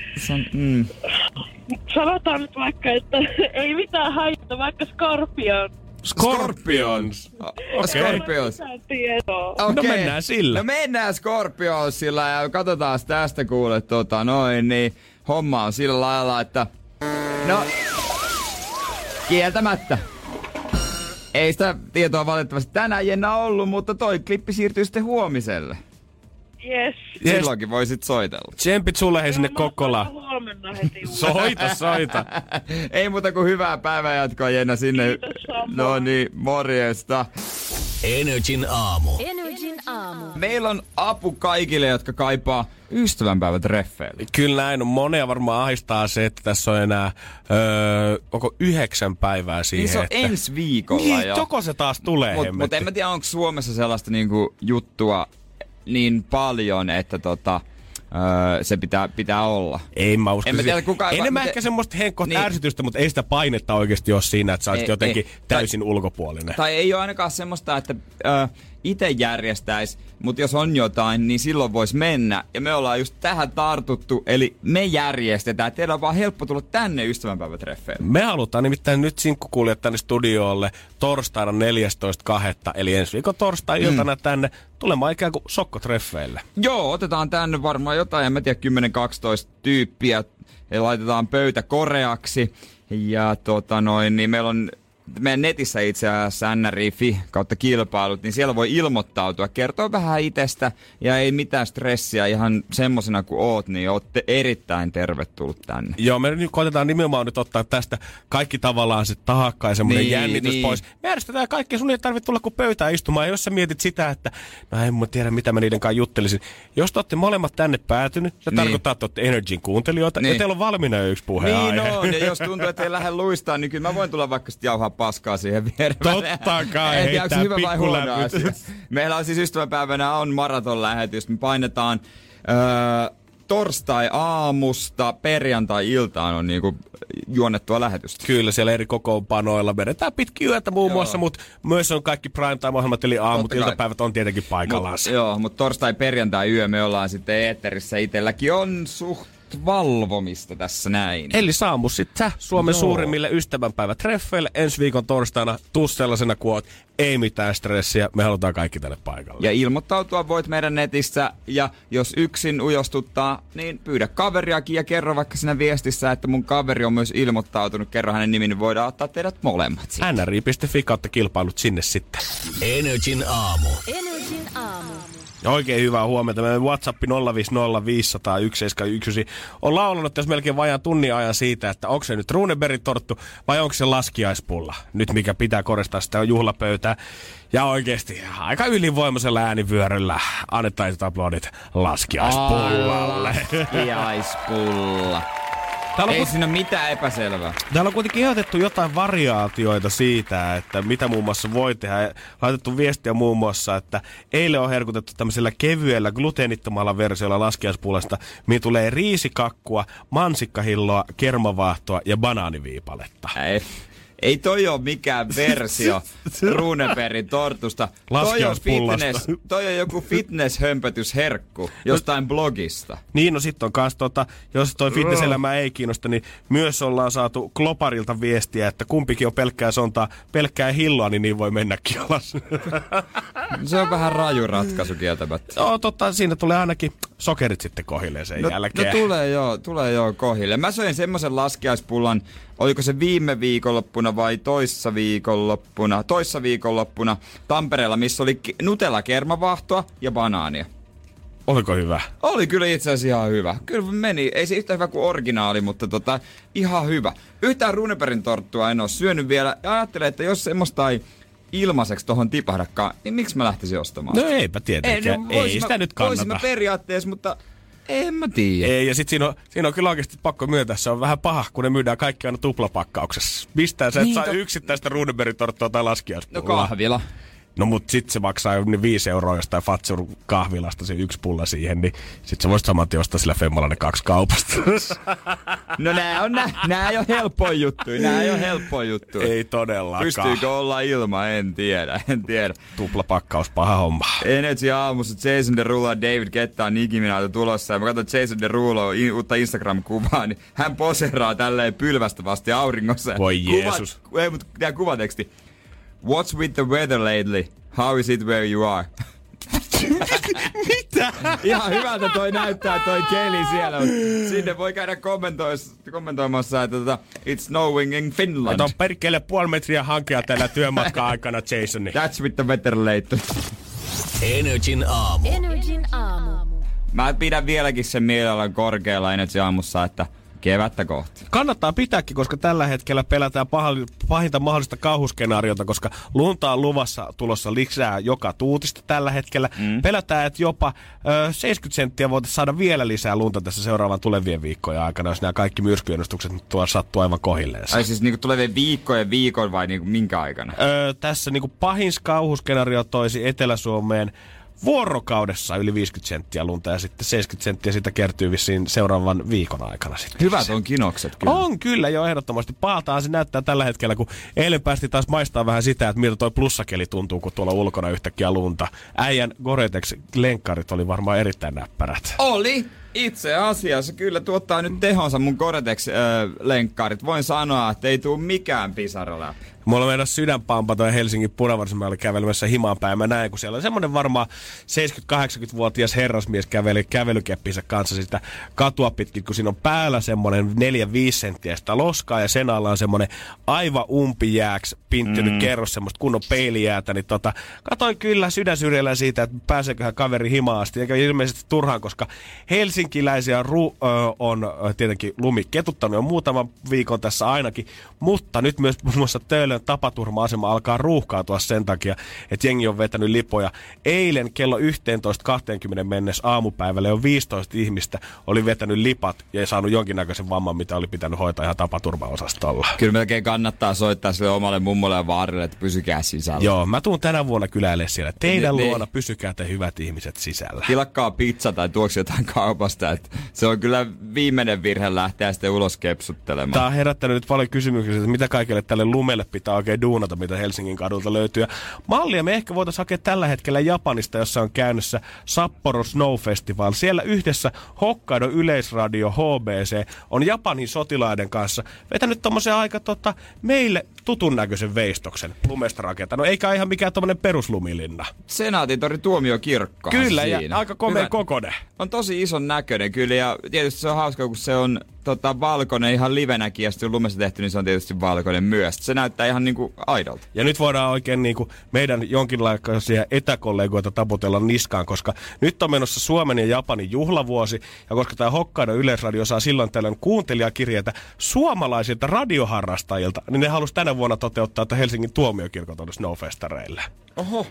Sanotaan nyt vaikka, että ei mitään haittaa, vaikka Scorpions. Scorpions. No mennään sillä. No mennään Scorpionsilla ja katsotaan tästä kuule niin homma on sillä lailla, että no kieltämättä Ei sitä tietoa valitettavasti tänään Jenna ollut, mutta toi klippi siirtyy sitten huomiselle. Yes. Silloinkin voisit soitella. Tsempit sulle hei sinne Kokkolaan. Huomenna heti Soita. Ei muuta kuin hyvää päivänjatkoa Jenna sinne. Kiitos samoin. No niin, morjesta. Energin aamu. Meillä on apu kaikille, jotka kaipaa ystävänpäivätreffeille. Kyllä näin on. Monia varmaan ahistaa se, että tässä on enää onko 9 päivää siihen. Niin se on että... ensi viikolla niin, jo. joko se taas tulee. Mutta en mä tiedä, onko Suomessa sellaista niinku juttua niin paljon, että se pitää olla. Ei mä usko. En mä tiedä, enemmän ehkä semmoista henkkoista ärsytystä, mutta ei sitä painetta oikeasti ole siinä, että sä olisit jotenkin täysin ulkopuolinen. Tai ei ole ainakaan semmoista, että itse järjestäisi, mutta jos on jotain, niin silloin voisi mennä. Ja me ollaan just tähän tartuttu, eli me järjestetään. Teillä on vaan helppo tulla tänne ystävänpäivätreffeille. Me halutaan nimittäin nyt sinkkukuulijat tänne studiolle torstaina 14.2. eli ensi viikon torstai-iltana tänne tulemaan ikään kuin sokkotreffeille. Joo, otetaan tänne varmaan jotain, en mä tiedä, 10-12 tyyppiä. Ja laitetaan pöytä koreaksi. Ja niin meillä on meidän netissä itse asiassa nri.fi kautta kilpailut, niin siellä voi ilmoittautua, kertoa vähän itsestä ja ei mitään stressiä, ihan semmosena kuin oot, niin ootte erittäin tervetullut tänne. Joo, me nyt koitetaan nimenomaan nyt ottaa tästä kaikki tavallaan se taakka ja semmoinen jännitys pois. Me järjestetään kaikkea, sun ei tarvitse tulla kuin pöytään istumaan. Ja jos sä mietit sitä, että no en mä tiedä mitä mä niiden kanssa juttelisin. Jos te ootte molemmat tänne päätynyt, se tarkoittaa, että ootte Energin kuuntelijoita ja teillä on valmiina jo yksi puheenaihe. Niin on, ja jos tuntuu, että ei lähde luistaa, niin kyllä mä voin tulla vaikka sitten jauhaa paskaa siihen viereen. Totta kai, heittää pikkulämpöt. Meillä on siis ystävänpäivänä on maratonlähetys. Me painetaan torstai-aamusta perjantai-iltaan on niinku juonnettua lähetystä. Kyllä, siellä eri kokoonpanoilla vedetään pitkin yötä muun muassa, mutta myös on kaikki prime time-ohjelmat, eli aamut, iltapäivät on tietenkin paikallaan. Joo, mutta torstai-perjantai-yö me ollaan sitten eetterissä. Itelläkin on suht valvomista tässä näin. Eli saamu sit sä Suomen suurimmille ystävänpäivätreffeille ensi viikon torstaina. Tuu sellaisena kuin oot. Ei mitään stressiä. Me halutaan kaikki tänne paikalle. Ja ilmoittautua voit meidän netissä. Ja jos yksin ujostuttaa, niin pyydä kaveriakin ja kerro vaikka siinä viestissä, että mun kaveri on myös ilmoittautunut. Kerro hänen nimi, niin voidaan ottaa teidät molemmat. nri.fi kautta kilpailut sinne sitten. Energin aamu. Oikein hyvää huomenta. Meidän WhatsApp 050501719 on laulanut tässä melkein vajaan tunnin ajan siitä, että onko se nyt Runebergin torttu vai onko se laskiaispulla. Nyt mikä pitää koristaa sitä juhlapöytää. Ja oikeesti aika ylivoimaisella äänivyöryllä annetaan aplodit laskiaispullalle. Laskiaispulla. Ei siinä ole mitään epäselvää. Täällä on kuitenkin ehdotettu jotain variaatioita siitä, että mitä muun muassa voi tehdä. Laitettu viestiä muun muassa, että eilen on herkutettu tämmöisellä kevyellä gluteenittomalla versiolla laskiaispullasta, mihin tulee riisikakkua, mansikkahilloa, kermavaahtoa ja banaaniviipaletta. Ei toi ole mikään versio Runebergin tortusta. Toi on joku fitness-hömpötysherkku jostain blogista. Niin, no sit on kans jos toi fitnesselämä ei kiinnosta, niin myös ollaan saatu Globarilta viestiä, että kumpikin on pelkkää sontaa, pelkkää hilloa, niin voi mennäkin alas. Se on vähän raju ratkaisu kieltämättä. Joo, siinä tulee ainakin sokerit sitten kohilleen sen jälkeen. No tulee joo kohille. Mä söin semmoisen laskiaispullan, oliko se viime viikonloppuna vai toissa viikonloppuna Tampereella, missä oli Nutella-kermavaahtoa ja banaania. Oliko hyvä? Oli kyllä itse asiassa ihan hyvä. Kyllä meni. Ei se yhtä hyvä kuin originaali, mutta ihan hyvä. Yhtään Runebergin torttua en ole syönyt vielä. Ja ajattelen, että jos semmoista ei ilmaiseksi tohon tipahdakaan, niin miksi mä lähtisin ostamaan? No eipä tietenkään. Ei sitä nyt kannata. Voisin mä periaatteessa, mutta en mä tiedä. Ei, ja sit siinä on kyllä oikeasti pakko myöntää, se on vähän paha, kun ne myydään kaikki aina tuplapakkauksessa. Mistään sä et saa yksittäistä Runebergin torttua tai laskiaispullaa. No kahvila. No mut sit se maksaa jo 5 € jostain Fatsur kahvilasta se yksi pulla siihen, niin sit sä voisit saman tien ostaa sillä femmalla ne 2 kaupasta. No nää ei oo helppoja juttuja. Ei todellakaan. Pystyykö olla ilman? En tiedä. Tuplapakkaus, paha homma. Energy aamussa Jason Derulo ja David Guetta on Nicki Minaj tulossa. Ja mä katson Jason Derulo uutta Instagram-kuvaa, niin hän poseraa tälleen pylvästävästi auringossa. Voi Jeesus. Tää kuvateksti. What's with the weather lately? How is it where you are? Mitä? Ihan hyvältä toi näyttää toi keli siellä. Sinne voi käydä kommentoimassa, että it's snowing in Finland. On perkele 0,5 metriä hankea tällä työmatkan aikana, Jasoni. That's with the weather late. Energin aamu. Mä pidän vieläkin sen mielialan korkealla Energin aamussa, että kevättä kohti. Kannattaa pitääkin, koska tällä hetkellä pelätään pahinta mahdollista kauhuskenaariota, koska lunta on luvassa tulossa lisää joka tuutista tällä hetkellä. Pelätään, että jopa 70 senttiä voitaisiin saada vielä lisää lunta tässä seuraavan tulevien viikkojen aikana, jos nämä kaikki myrskyennustukset nyt sattuu aivan kohilleen. Ai siis niinku tulevien viikon vai niinku minkä aikana? Tässä niinku pahin kauhuskenaario toisi Etelä-Suomeen vuorokaudessa yli 50 senttiä lunta ja sitten 70 senttiä siitä kertyy vissiin seuraavan viikon aikana sitten. Hyvät on kinokset kyllä. On kyllä jo ehdottomasti. Paaltaan se näyttää tällä hetkellä, kun eilen päästi taas maistaa vähän sitä, että miltä toi plussakeli tuntuu, kun tuolla ulkona yhtäkkiä lunta. Äijän Gore-Tex-lenkkarit oli varmaan erittäin näppärät. Oli! Itse asiassa kyllä tuottaa nyt tehonsa mun Gore-Tex-lenkkarit. Voin sanoa, että ei tuu mikään pisara läpi. Mulla on meidän sydänpampa toi Helsingin Punavarsin, oli kävelemässä himaan päin. Mä näin, kun siellä oli semmonen varmaan 70-80-vuotias herrasmies käveli kävelykeppinsä kanssa sitä katua pitkin, kun siinä on päällä semmonen 4-5 senttiä sitä loskaa ja sen alla on semmonen aivan umpijääks pinttynyt kerros semmoista kunnon peilijäätä. Niin katoin kyllä sydänsyrjällä siitä, että pääseeköhän kaveri himaan asti. Eikä ilmeisesti turhaan, koska helsinkiläisiä on tietenkin lumi ketuttanut jo muutaman viikon tässä ainakin, mutta nyt myös muun muassa tapaturma-asema alkaa ruuhkautua sen takia, että jengi on vetänyt lipoja. Eilen kello 11.20 mennessä aamupäivällä jo 15 ihmistä oli vetänyt lipat ja saanut jonkinnäköisen vamman, mitä oli pitänyt hoitaa ihan tapaturmaosastolla. Kyllä melkein kannattaa soittaa sille omalle mummolle ja vaarille, että pysykää sisällä. Joo, mä tuun tänä vuonna kyläille siellä. Teidän luona pysykää te hyvät ihmiset sisällä. Tilakkaa pizza tai tuoksi jotain kaupasta. Että se on kyllä viimeinen virhe lähteä sitten ulos kepsuttelemaan. Tää on herättänyt nyt paljon kysymyksiä, että mitä kaikille tälle lumelle pitää oikein duunata, mitä Helsingin kadulta löytyy. Mallia me ehkä voitaisiin hakea tällä hetkellä Japanista, jossa on käynnissä Sapporo Snow Festival. Siellä yhdessä Hokkaido Yleisradio HBC on Japanin sotilaiden kanssa vetänyt tommosen aika meille tutun näköisen veistoksen lumesta rakentanut. Eikä ihan mikään tommonen peruslumilinna. Senaatintori tuomiokirkko. Kyllä, siinä. Ja aika komea kokoinen. On tosi ison näköinen kyllä, ja tietysti se on hauska, kun se on valkoinen ihan livenäkin, ja sitten kun lumesta tehty, niin se on tietysti valkoinen myös. Se näyttää ihan niinku aidolta. Ja nyt voidaan oikein niinku meidän jonkinlaisia etäkollegoita taputella niskaan, koska nyt on menossa Suomen ja Japanin juhlavuosi, ja koska tämä Hokkaido Yleisradio saa silloin tällöin kuuntelijakirjeitä suomalaisilta radioharrastajilta, niin ne halusi tänä vuonna toteuttaa, että Helsingin tuomiokirkot on Snowfestareille. Oho,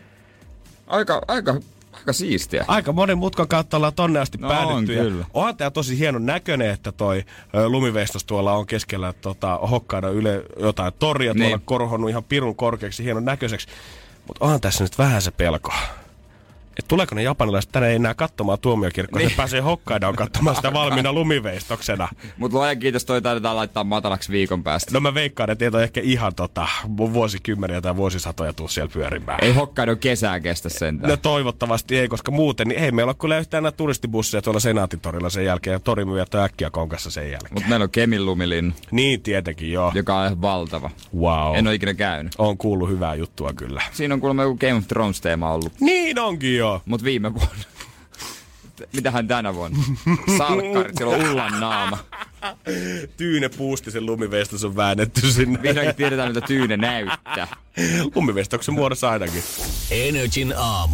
aika siistiä. Aika monen mutkan kautta ollaan tonne asti päädytty. On, onhan tää tosi hienon näköinen, että toi lumiveistos tuolla on keskellä Hokkaido jotain toria tuolla korhonnut ihan pirun korkeaksi, hienon näköiseksi. Mutta onhan tässä nyt vähän se pelko. Että tuleeko ne japanilaiset tänne enää katsomaan tuomiokirkkoa, niin. Se pääsee Hokkaidoon katsomaan sitä valmiina lumiveistoksena. Mutta luojan kiitos, toi taidetaan laittaa matalaksi viikon päästä. No mä veikkaan, että ei toi ehkä ihan vuosikymmeniä tai vuosisatoja tuu siellä pyörimään. Ei Hokkaidon kesää kestä sentään. No toivottavasti ei, koska muuten niin ei meillä ole kyllä yhtään näitä turistibusseja tuolla Senaatintorilla sen jälkeen ja torimyyjät on äkkiä konkassa sen jälkeen. Mutta meillä on Kemin lumilinnu. Niin tietenkin, joo. Joka on ihan valtava. Wow. En ole ikinä käynyt. On kuullut hyvää juttua kyllä. Siinä on kuulemma joku Game of Thrones teema ollut. Niin onkin joo. Mut viime vuonna. Mitähän tänä vuonna? Salkkarit, siellä on Ullan naama. Tyyne Puustisen lumiveistos on väännetty sinne. Vihdoinkin tiedetään, miltä Tyyne näyttää. Lumiveistoksen muodossa ainakin. Energin aamu.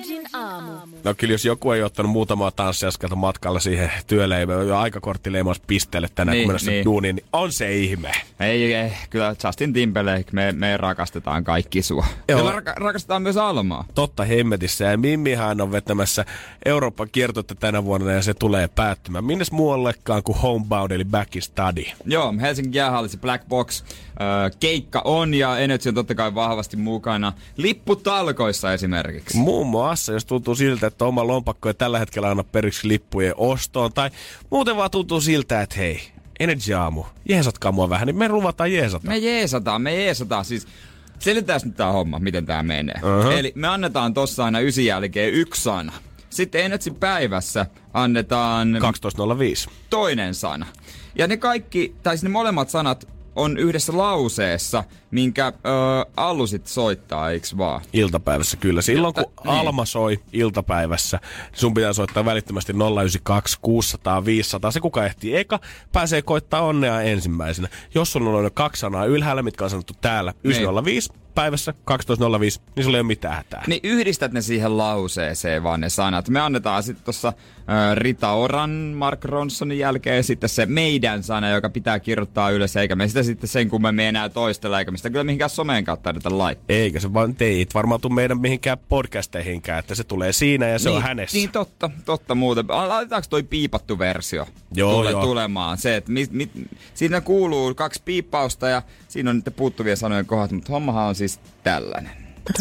No kyllä jos joku ei ottanut muutamaa tanssiaskelta matkalla siihen työleimään ja aikakorttileimaus pisteelle tänään, kun mennessä duuniin, niin on se ihme. Ei, kyllä Justin Timberlake, me rakastetaan kaikki sua. Ja rakastetaan myös Almaa. Totta hemmetissä, ja Mimmihän on vetämässä Euroopan kiertuetta tänä vuonna ja se tulee päättymään. Minnes muuallekaan kuin Homebound eli Back in Study. Joo, Helsingin jäähallissa Black Box keikka on ja Energy on totta kai vahvasti mukana. Lipputalkoissa esimerkiksi. Muun muassa, jos tuntuu siltä, että oma lompakko ei tällä hetkellä anna periksi lippujen ostoon. Tai muuten vaan tuntuu siltä, että hei, Energy aamu, jeesatkaa mua vähän, niin me ruvataan jeesata. Me jeesataan. Siis selitetään nyt tää homma, miten tää menee. Eli me annetaan tossa aina 9 jälkeen 1 sana. Sitten Energy päivässä annetaan 12.05. toinen sana. Ja ne kaikki, tai siis ne molemmat sanat on yhdessä lauseessa, minkä Allu sit soittaa, eiks vaan? Iltapäivässä kyllä. Silloin kun Alma soi iltapäivässä, sun pitää soittaa välittömästi 092 600 500. Se kuka ehtii eka, pääsee koittaa onnea ensimmäisenä. Jos sulla on 2 sanaa ylhäällä, mitkä on sanottu täällä 905 päivässä 12.05, niin sulla ei ole mitään hätää. Niin yhdistät ne siihen lauseeseen vaan ne sanat. Me annetaan sitten tuossa Rita Oran, Mark Ronsonin jälkeen sitten se meidän sana, joka pitää kirjoittaa ylös, eikä me sitä sitten sen kummemmin enää toistella, eikä me sitä kyllä mihinkään someen kautta edetä laittaa. Eikä se vaan teit varmaan tuu meidän mihinkään podcasteihinkään, että se tulee siinä ja se on hänessä. Niin totta muuten. Laitetaanko toi piipattu versio tulemaan? Se, että siinä kuuluu 2 piippausta ja siinä on niiden puuttuvien sanojen kohdat, mutta hommahan on siis tällainen.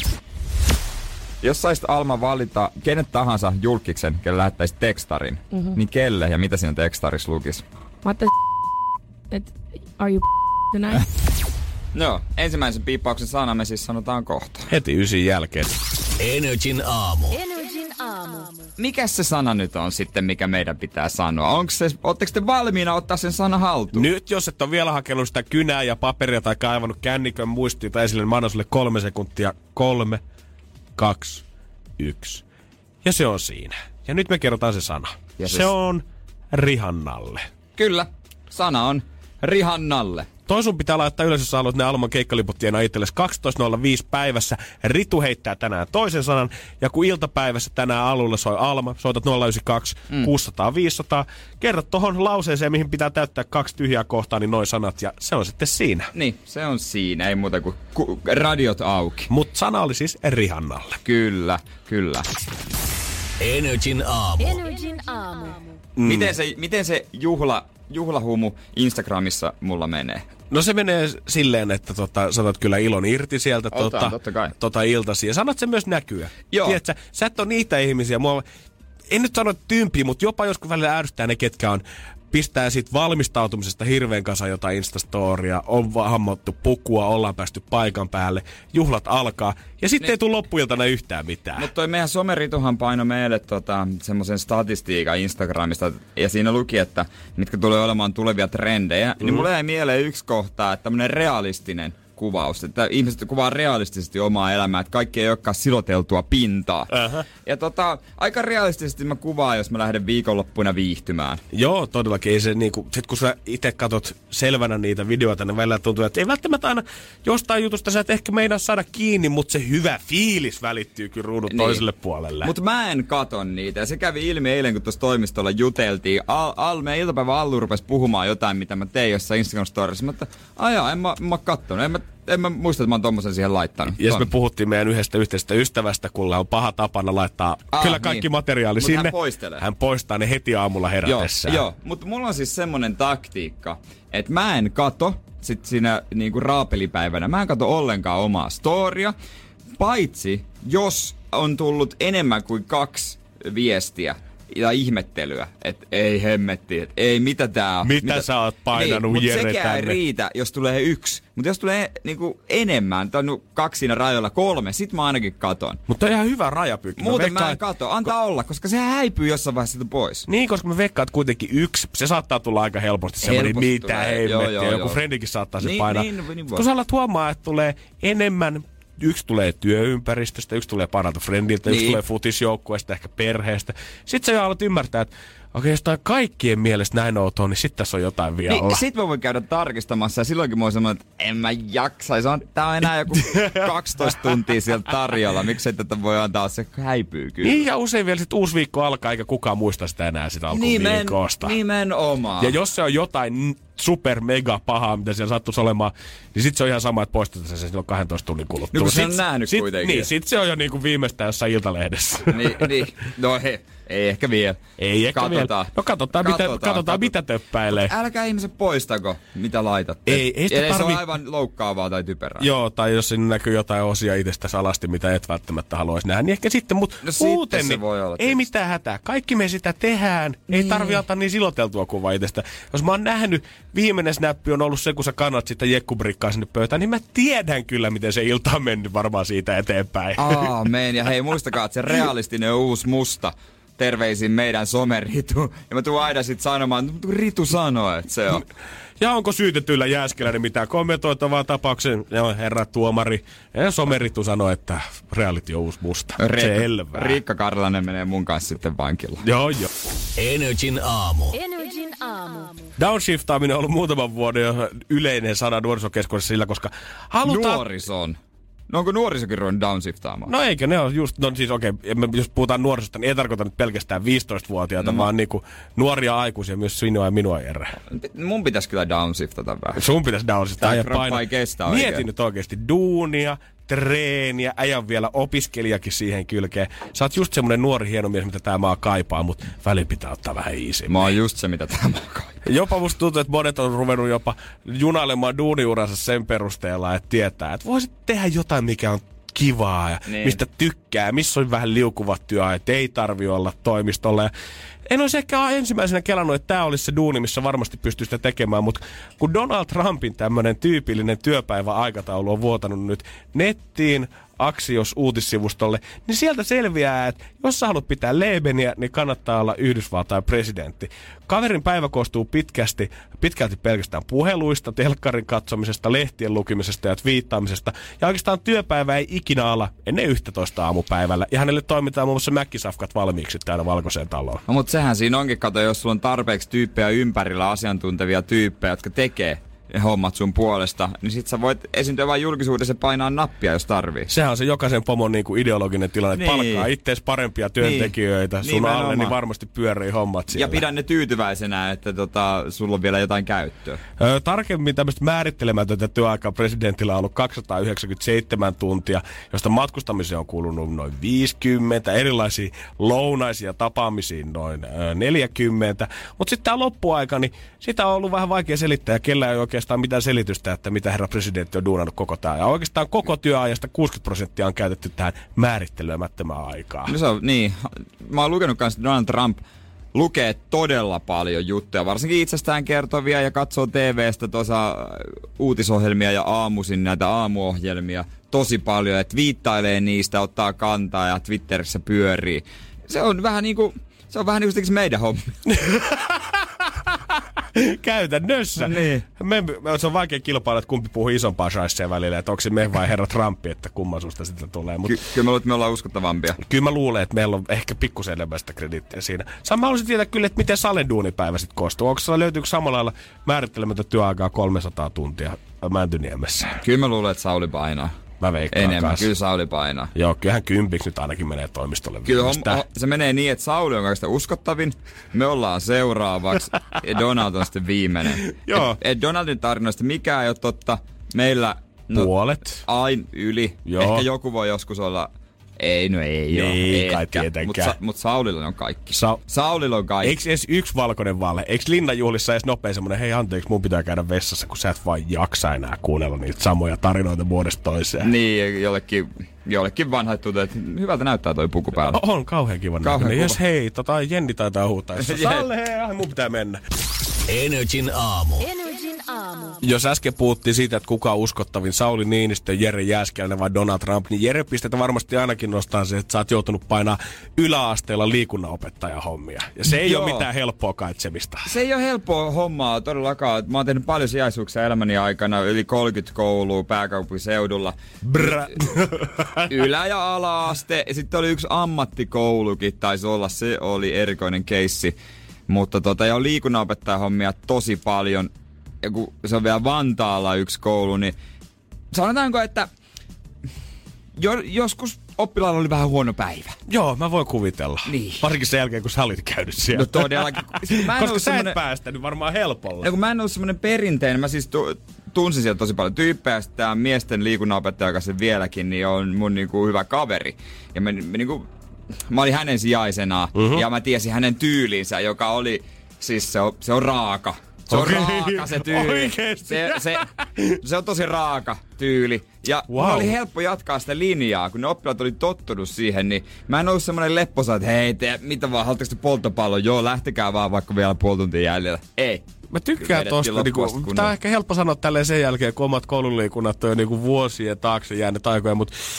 Jos saisit Alma valita kenet tahansa julkiksen, kelle lähettäisit tekstarin, niin kelle ja mitä siinä tekstarissa lukisi? What the että are you tonight? No, ensimmäisen piippauksen sana me siis sanotaan kohta. Heti 9 jälkeen. Energin aamu. Mikäs se sana nyt on sitten, mikä meidän pitää sanoa? Ootteko te valmiina ottaa sen sana haltuun? Nyt jos et ole vielä hakenut sitä kynää ja paperia tai kaivannut kännikön muistiota esille, niin mä annan sulle 3 sekuntia. 3, 2, 1. Ja se on siinä. Ja nyt me kerrotaan se sana. Se on Rihannalle. Kyllä, sana on Rihannalle. Toi sun pitää laittaa ylös, jos haluat ne Alman keikkaliput tienaa itsellesi 12.05 päivässä. Ritu heittää tänään toisen sanan. Ja kun iltapäivässä tänään alulla soi Alma, soitat 092 600 500. Kerrot tohon lauseeseen, mihin pitää täyttää 2 tyhjää kohtaa, niin noin sanat. Ja se on sitten siinä. Niin, se on siinä. Ei muuta kuin radiot auki. Mut sana oli siis Rihannalle. Kyllä. Energin aamu. Miten se juhlahumu Instagramissa mulla menee? No se menee silleen, että saatat kyllä ilon irti sieltä iltasi. Ja sanat sen myös näkyä. Joo. Tiedätkö, sä et ole niitä ihmisiä. En nyt sano tympiä, mutta jopa joskus välillä ärsyttää ne, ketkä pistää siitä valmistautumisesta hirveän kanssa jotain Instastoria, on hammattu pukua, ollaan päästy paikan päälle, juhlat alkaa, ja sitten ei tule loppuiltana yhtään mitään. Mutta toi meidän somerituhan paino meille semmoisen statistiikan Instagramista, ja siinä luki, että mitkä tulee olemaan tulevia trendejä, niin mulle jäi mieleen yksi kohta, että tämmönen realistinen kuvaus, että ihmiset kuvaa realistisesti omaa elämää, että kaikki ei olekaan siloteltua pintaa. Ja aika realistisesti mä kuvaan, jos mä lähden viikonloppuina viihtymään. Joo, todellakin. Ei se sit kun sä itse katot selvänä niitä videoita, niin välillä tuntuu, että ei välttämättä aina jostain jutusta sä et ehkä meinaa saada kiinni, mutta se hyvä fiilis välittyy kyllä ruudun toiselle puolelle. Mutta mä en katon niitä. Ja se kävi ilmi eilen, kun tuossa toimistolla juteltiin. Meidän iltapäivän Allu rupesi puhumaan jotain, mitä mä tein jossain Instagram-storissa. Mutta en mä kattonut. En mä muista, että mä oon tommosen siihen laittanut. Ja me puhuttiin meidän yhdestä yhteisestä ystävästä, kulla on paha tapana laittaa kyllä kaikki materiaali sinne. Hän poistelee. Hän poistaa ne heti aamulla herätessään. Joo, mutta mulla on siis semmonen taktiikka, että mä en kato sit siinä niinku raapelipäivänä, mä en kato ollenkaan omaa storia, paitsi jos on tullut enemmän kuin 2 viestiä ja ihmettelyä, että ei hemmetti, että ei mitä tää on. Mitä sä oot painanut niin, Jere tänne? Mutta sekään ei riitä, jos tulee 1. Mutta jos tulee niinku enemmän, tai 2 siinä rajoilla 3, sit mä ainakin katon. Mutta on ihan hyvä rajapykki. Muuten mä en kato, antaa olla, koska sehän häipyy jossain vaiheessa pois. Niin, koska mä veikkaan, että kuitenkin 1, se saattaa tulla aika helposti semmoinen, mitä hemmettiä. Joku friendikin saattaa se painaa. Kun sä alat huomaa, että tulee enemmän. 1 tulee työympäristöstä, 1 tulee paralta friendiltä, 1 tulee futisjoukkueesta, ehkä perheestä. Sitten sä jo alat ymmärtää, että okei, jos tää kaikkien mielestä näin outoa, niin sit tässä on jotain vialla. Niin, sit mä voin käydä tarkistamassa ja silloinkin mä oon semmoinen, että en mä jaksaisi. Tää on enää joku 12 tuntia sieltä tarjolla. Miksei tätä voi antaa, se häipyy kyllä. Niin, ja usein vielä sit uusi viikko alkaa, eikä kukaan muista sitä enää sitä alkuviikosta. Nimenomaan. Ja jos se on jotain super mega pahaa, mitä siellä sattuisi olemaan, niin sit se on ihan sama, että poistetaan se silloin 12 tunnin kuluttua. No kun se on nähnyt kuitenkin. Niin, sit se on jo niinku viimeistään jossain Iltalehdessä. Niin. No ei ehkä vielä. Ei ehkä vielä. No katsotaan mitä töppäilee. Älkää ihmiset poistako, mitä laitatte. Ei sitä se on aivan loukkaavaa tai typerää. Joo, tai jos siinä näkyy jotain osia itsestä salasti, mitä et välttämättä haluaisi nähdä, niin ehkä sitten, mutta muuten niin voi olla, ei mitään hätää. Kaikki me sitä tehdään. Ei tarvi antaa niin siloteltua kuvaa itsestä. Jos mä oon nähnyt, viimeinen snappi on ollut se, kun sä kannat sitä jekkubrikkaa sinne pöytään, niin mä tiedän kyllä, miten se ilta on mennyt varmaan siitä eteenpäin. Aamen. Ja hei, muistakaa, että se realistinen uusi musta terveisiin meidän someritu. Ja mä tuun aina sit sanomaan, että Ritu sanoo, että se on. Ja onko syytetyllä Jääskeläinen mitään kommentoitavaa tapauksen? Joo, herra tuomari. Ja someritu sanoi, että reality on uusi musta. Selvä. Riikka Karlanen menee mun kanssa sitten vankilla. Joo. Energin aamu. Downshiftaaminen on ollut muutaman vuoden jo yleinen sana nuorisokeskuudessa sillä, koska halutaan... Nuorison. No onko nuorisokin ruvennut downsiftaamaan? No eikö ne on just, no siis okei, jos puhutaan nuorisosta, niin ei tarkoita nyt pelkästään 15-vuotiaita, vaan niinku nuoria aikuisia, myös sinua ja minua, Jere. Mun pitäisi kyllä downshiftata vähän. Sun pitäisi downshiftaa ja painaa. Mieti nyt oikeesti duunia, treeniä, äijän vielä opiskelijakin siihen kylkeen. Sä oot just semmonen nuori hieno mies, mitä tää maa kaipaa, mutta väliin pitää ottaa vähän easy. Mä oon just se, mitä tää maa kaipaa. Jopa musta tuntuu, että monet on ruvennut jopa junailemaan duuniuransa sen perusteella, että tietää, että voisit tehdä jotain, mikä on kivaa ja mistä tykkää, missä on vähän liukuvat työajat, ei tarvi olla toimistolla. Ja en olisi ehkä ensimmäisenä kelannut, että tämä olisi se duuni, missä varmasti pystyy sitä tekemään, mutta kun Donald Trumpin tämmöinen tyypillinen työpäiväaikataulu on vuotanut nyt nettiin, Axios uutissivustolle, niin sieltä selviää, että jos sä haluat pitää Lebeniä, niin kannattaa olla Yhdysvaltain presidentti. Kaverin päivä koostuu pitkälti pelkästään puheluista, telkkarin katsomisesta, lehtien lukimisesta ja twiittaamisesta. Ja oikeastaan työpäivä ei ikinä ala ennen 11 aamupäivällä. Ja hänelle toimitaan muun muassa mäkkisafkat valmiiksi täällä Valkoiseen taloon. No mutta sehän siinä onkin, kato, jos sulla on tarpeeksi tyyppejä ympärillä, asiantuntevia tyyppejä, jotka tekee hommat sun puolesta, niin sit sä voit esiintyä vain julkisuudessa painaa nappia, jos tarvii. Sehän on se jokaisen pomon niinku ideologinen tilanne, että palkkaa ittees parempia työntekijöitä sun alle, niin varmasti pyörii hommat siellä. Ja pidän ne tyytyväisenä, että sulla on vielä jotain käyttöä. Tarkemmin tämmöistä määrittelemätöntä työaikaa presidentillä on ollut 297 tuntia, josta matkustamiseen on kulunut noin 50, erilaisia lounaisia tapaamisiin noin 40, mutta sitten tää loppuaika, niin sitä on ollut vähän vaikea selittää ja kellä ei oikeastaan mitään selitystä, että mitä herra presidentti on duunannut koko tämä. Ja oikeastaan koko työajasta 60% on käytetty tähän määrittelemättömään aikaan. No se on, niin. Mä oon lukenut kanssa, että Donald Trump lukee todella paljon juttuja, varsinkin itsestään kertovia ja katsoo TV:stä uutisohjelmia ja aamuisin näitä aamuohjelmia tosi paljon, että viittailee niistä, ottaa kantaa ja Twitterissä pyörii. Se on vähän niinku meidän hommi. Käytännössä. Niin. Se on vaikea kilpailla, että kumpi puhuu isompaa shaisseja välillä, että onko se me vai herra Trumpi, että kumman susta sitten tulee. Kyllä mä luulen, että me ollaan uskottavampia. Kyllä mä luulen, että meillä on ehkä pikkusen enemmän sitä krediittiä siinä. Mä haluaisin tietää kyllä, että miten Salen duunipäivä sitten koostuu. Löytyykö samalla lailla määrittelemättä työaikaa 300 tuntia Mäntyniemessä? Kyllä mä luulen, että Sauli painaa. Mä veikkaan enemmän, kanssa. Kyllä Sauli painaa. Joo, kyllähän 10 nyt ainakin menee toimistolle. Kyllä se menee niin, että Sauli on kaikista uskottavin, me ollaan seuraavaksi ja Donald on sitten viimeinen. Joo. Et Donaldin tarinoista mikään ei ole totta. Meillä puolet. Aina yli. Joo. Ehkä joku voi joskus olla. Ei ole. Ei kai tietenkään. Mutta Saulilla on kaikki. Saulilla on kaikki. Eikö edes yksi valkoinen vaale? Eikö linnanjuhlissa edes nopea semmonen, hei anteeksi, mun pitää käydä vessassa, kun sä et vaan jaksa enää kuunnella niitä samoja tarinoita vuodesta toiseen. Niin, jollekin vanhat tuntuu, että hyvältä näyttää toi puku päällä. On kauhean kiva näköinen. Jos hei, Jenni taitaa huutaa. Salle, hei, mun pitää mennä. Energin aamu. Jos äsken puhuttiin siitä, että kuka on uskottavin, Sauli Niinistö, Jere Jääskeläinen vai Donald Trump, niin Jere pistetä varmasti ainakin nostaa se, että sä oot joutunut painaa yläasteella liikunnanopettajan hommia. Ja se ei ole mitään helppoa kaitsemista. Se ei ole helppoa hommaa todellakaan. Mä oon tehnyt paljon sijaisuuksia elämäni aikana, yli 30 koulua pääkaupunkiseudulla. Ylä- ja ala-aste. Ja sitten oli yksi ammattikoulukin, taisi olla, se oli erikoinen keissi. Mutta ja liikunnanopettajan hommia tosi paljon. Ja kun se on vielä Vantaalla yksi koulu, niin sanotaanko, että joskus oppilaalla oli vähän huono päivä. Joo, mä voin kuvitella. Niin. Varsinkin sen jälkeen, kun sä olit käynyt siellä. No todellakin. Koska sä et päästä, niin varmaan helpolla. Ja kun mä en ollut semmonen perinteinen, mä siis tunsin sieltä tosi paljon tyyppejä, ja tää miesten liikunnanopettaja, joka se vieläkin, niin on mun niinku hyvä kaveri. Ja mä olin hänen sijaisenaan, ja mä tiesin hänen tyylinsä, joka oli, siis se on raaka. Se on raaka se tyyli. Se on tosi raaka tyyli. Ja oli helppo jatkaa sitä linjaa, kun ne oppilaat oli tottunut siihen, niin mä en ollut semmonen lepposa, että hei, mitä vaan, haluatteko te polttopallon? Joo, lähtekää vaan vaikka vielä puoli tuntia jäljellä. Ei. Mä tykkään tosta, tää on ehkä helppo sanoa tälleen sen jälkeen, kun omat koululiikunnat on jo vuosien taakse jäänyt aikoja, mutta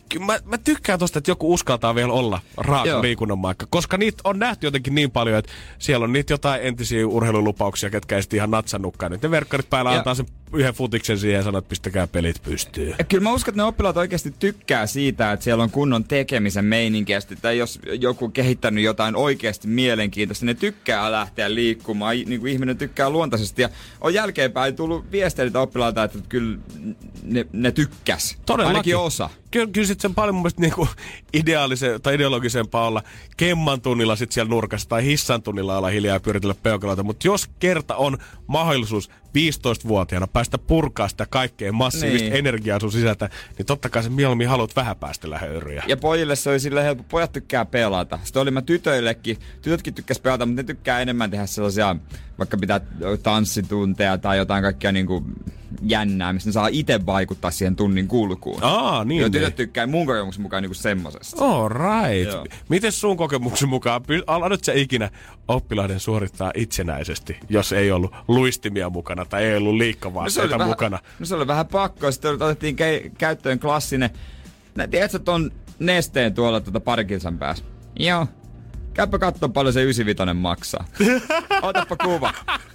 Mä tykkään tosta, että joku uskaltaa vielä olla raaka liikunnan maikka, koska niitä on nähty jotenkin niin paljon, että siellä on niitä jotain entisiä urheilulupauksia, ketkä ei sitten ihan natsannutkaan. Nyt ne verkkarit päällä antaa sen yhden futiksen siihen ja sanoo, että pistäkää pelit pystyyn. Kyllä mä uskon, että ne oppilaat oikeasti tykkää siitä, että siellä on kunnon tekemisen meininkiä. Tai jos joku kehittänyt jotain oikeasti mielenkiintoista, ne tykkää lähteä liikkumaan. Niin kuin ihminen tykkää luontaisesti. Ja on jälkeenpäin tullut viesteitä oppilaalta, että kyllä ne tykkäs. Todellakin. Ainakin osa. Kyllä sit sen paljon mun mielestä niinku ideologisempaa olla kemman tunnilla sit siellä nurkassa tai hissan tunnilla olla hiljaa ja pyöritellä peukaloita. Mutta jos kerta on mahdollisuus 15-vuotiaana päästä purkaa sitä kaikkea massiivista energiaa sun sisältä, niin totta kai se mieluummin haluat vähän päästellä höyryjä. Ja pojille se oli silleen helppo. Pojat tykkää pelata. Sitten oli mä tytöillekin. Tytötkin tykkäs pelata, mutta ne tykkää enemmän tehdä sellaisia, vaikka pitää tanssitunteja tai jotain kaikkea niinku jännää, missä ne saa itse vaikuttaa siihen tunnin kulkuun. Niin. Ja tytöt tykkää mun kokemuksen mukaan niinku semmosesta. All right. Miten sun kokemuksen mukaan, aloit sä ikinä oppilaiden suorittaa itsenäisesti, jos ei ollut luistimia mukana tai ei ollut liikkavaatteita mukana? No se oli vähän pakko. Sitten otettiin käyttöön klassinen. Tiedätkö ton Nesteen tuolla parikilsan päässä? Joo. Käypä kattoo paljon se 95 maksaa. Otappa kuva.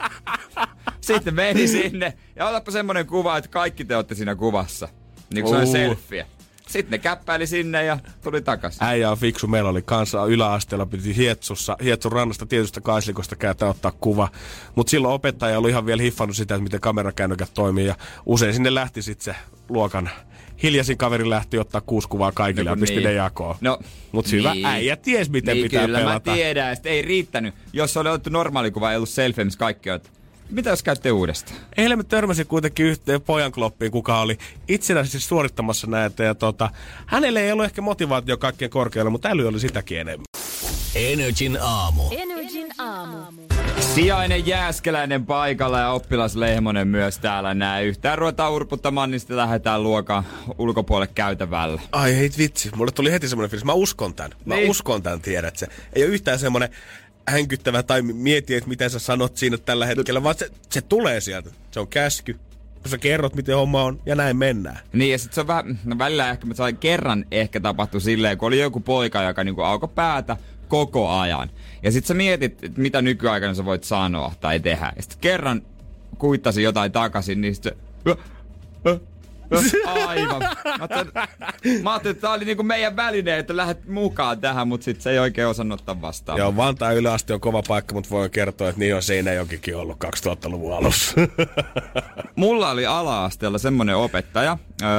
Sitten meni sinne ja otappa semmonen kuva, että kaikki te ootte siinä kuvassa. Niin kuin se on selfie. Sitten ne käppäili sinne ja tuli takas. Äijä on fiksu. Meillä oli kanssa yläasteella, piti Hietsun rannasta tietystä kaislikosta käytä ottaa kuva. Mutta silloin opettaja oli ihan vielä hiffannut sitä, että miten kamerakäännökät toimii. Ja usein sinne lähti sitten se luokan hiljaisin kaveri lähti ottaa 6 kuvaa kaikille ja pisti ne jakoon. No, mutta hyvä äijä ties miten pitää kyllä pelata. Kyllä mä tiedän, ja ei riittänyt. Jos oli otettu normaali kuva, ei ollut selfie, missä kaikki on. Mitä jos käytte uudestaan? Eilen mä törmäsin kuitenkin yhteen pojan kloppiin, kuka oli itsenäisesti suorittamassa näitä. Ja hänelle ei ollut ehkä motivaatio kaikkien korkealla, mutta äly oli sitäkin enemmän. Energin aamu. Sijainen Jääskeläinen paikalla ja oppilas Lehmonen myös täällä näin. Yhtään ruvetaan urputtamaan, niin sitten lähdetään luokan ulkopuolelle käytävällä. Ai hei vitsi, mulle tuli heti semmoinen fiilis. Mä uskon tän. Uskon tän, tiedät sä. Ei ole yhtään semmoinen hänkyttävä tai mieti, että miten sä sanot siinä tällä hetkellä, vaan se tulee sieltä. Se on käsky. Sä kerrot, miten homma on, ja näin mennään. Niin, ja sit se on vähän, välillä ehkä, mä sain kerran ehkä tapahtui silleen, kun oli joku poika, joka niinku aukoi päätä koko ajan. Ja sit sä mietit, että mitä nykyaikana sä voit sanoa tai tehdä. Ja sit kerran kuittasi jotain takaisin, niin sit se... Aivan. Mä ajattelin, että tää oli niinku meidän väline, että lähdet mukaan tähän, mutta sit se ei oikein osannut ottaa vastaan. Joo, Vantaan yläaste on kova paikka, mutta voin kertoa, että niin on Seinäjokikin ollut 2000-luvun alussa. Mulla oli ala-asteella semmonen opettaja,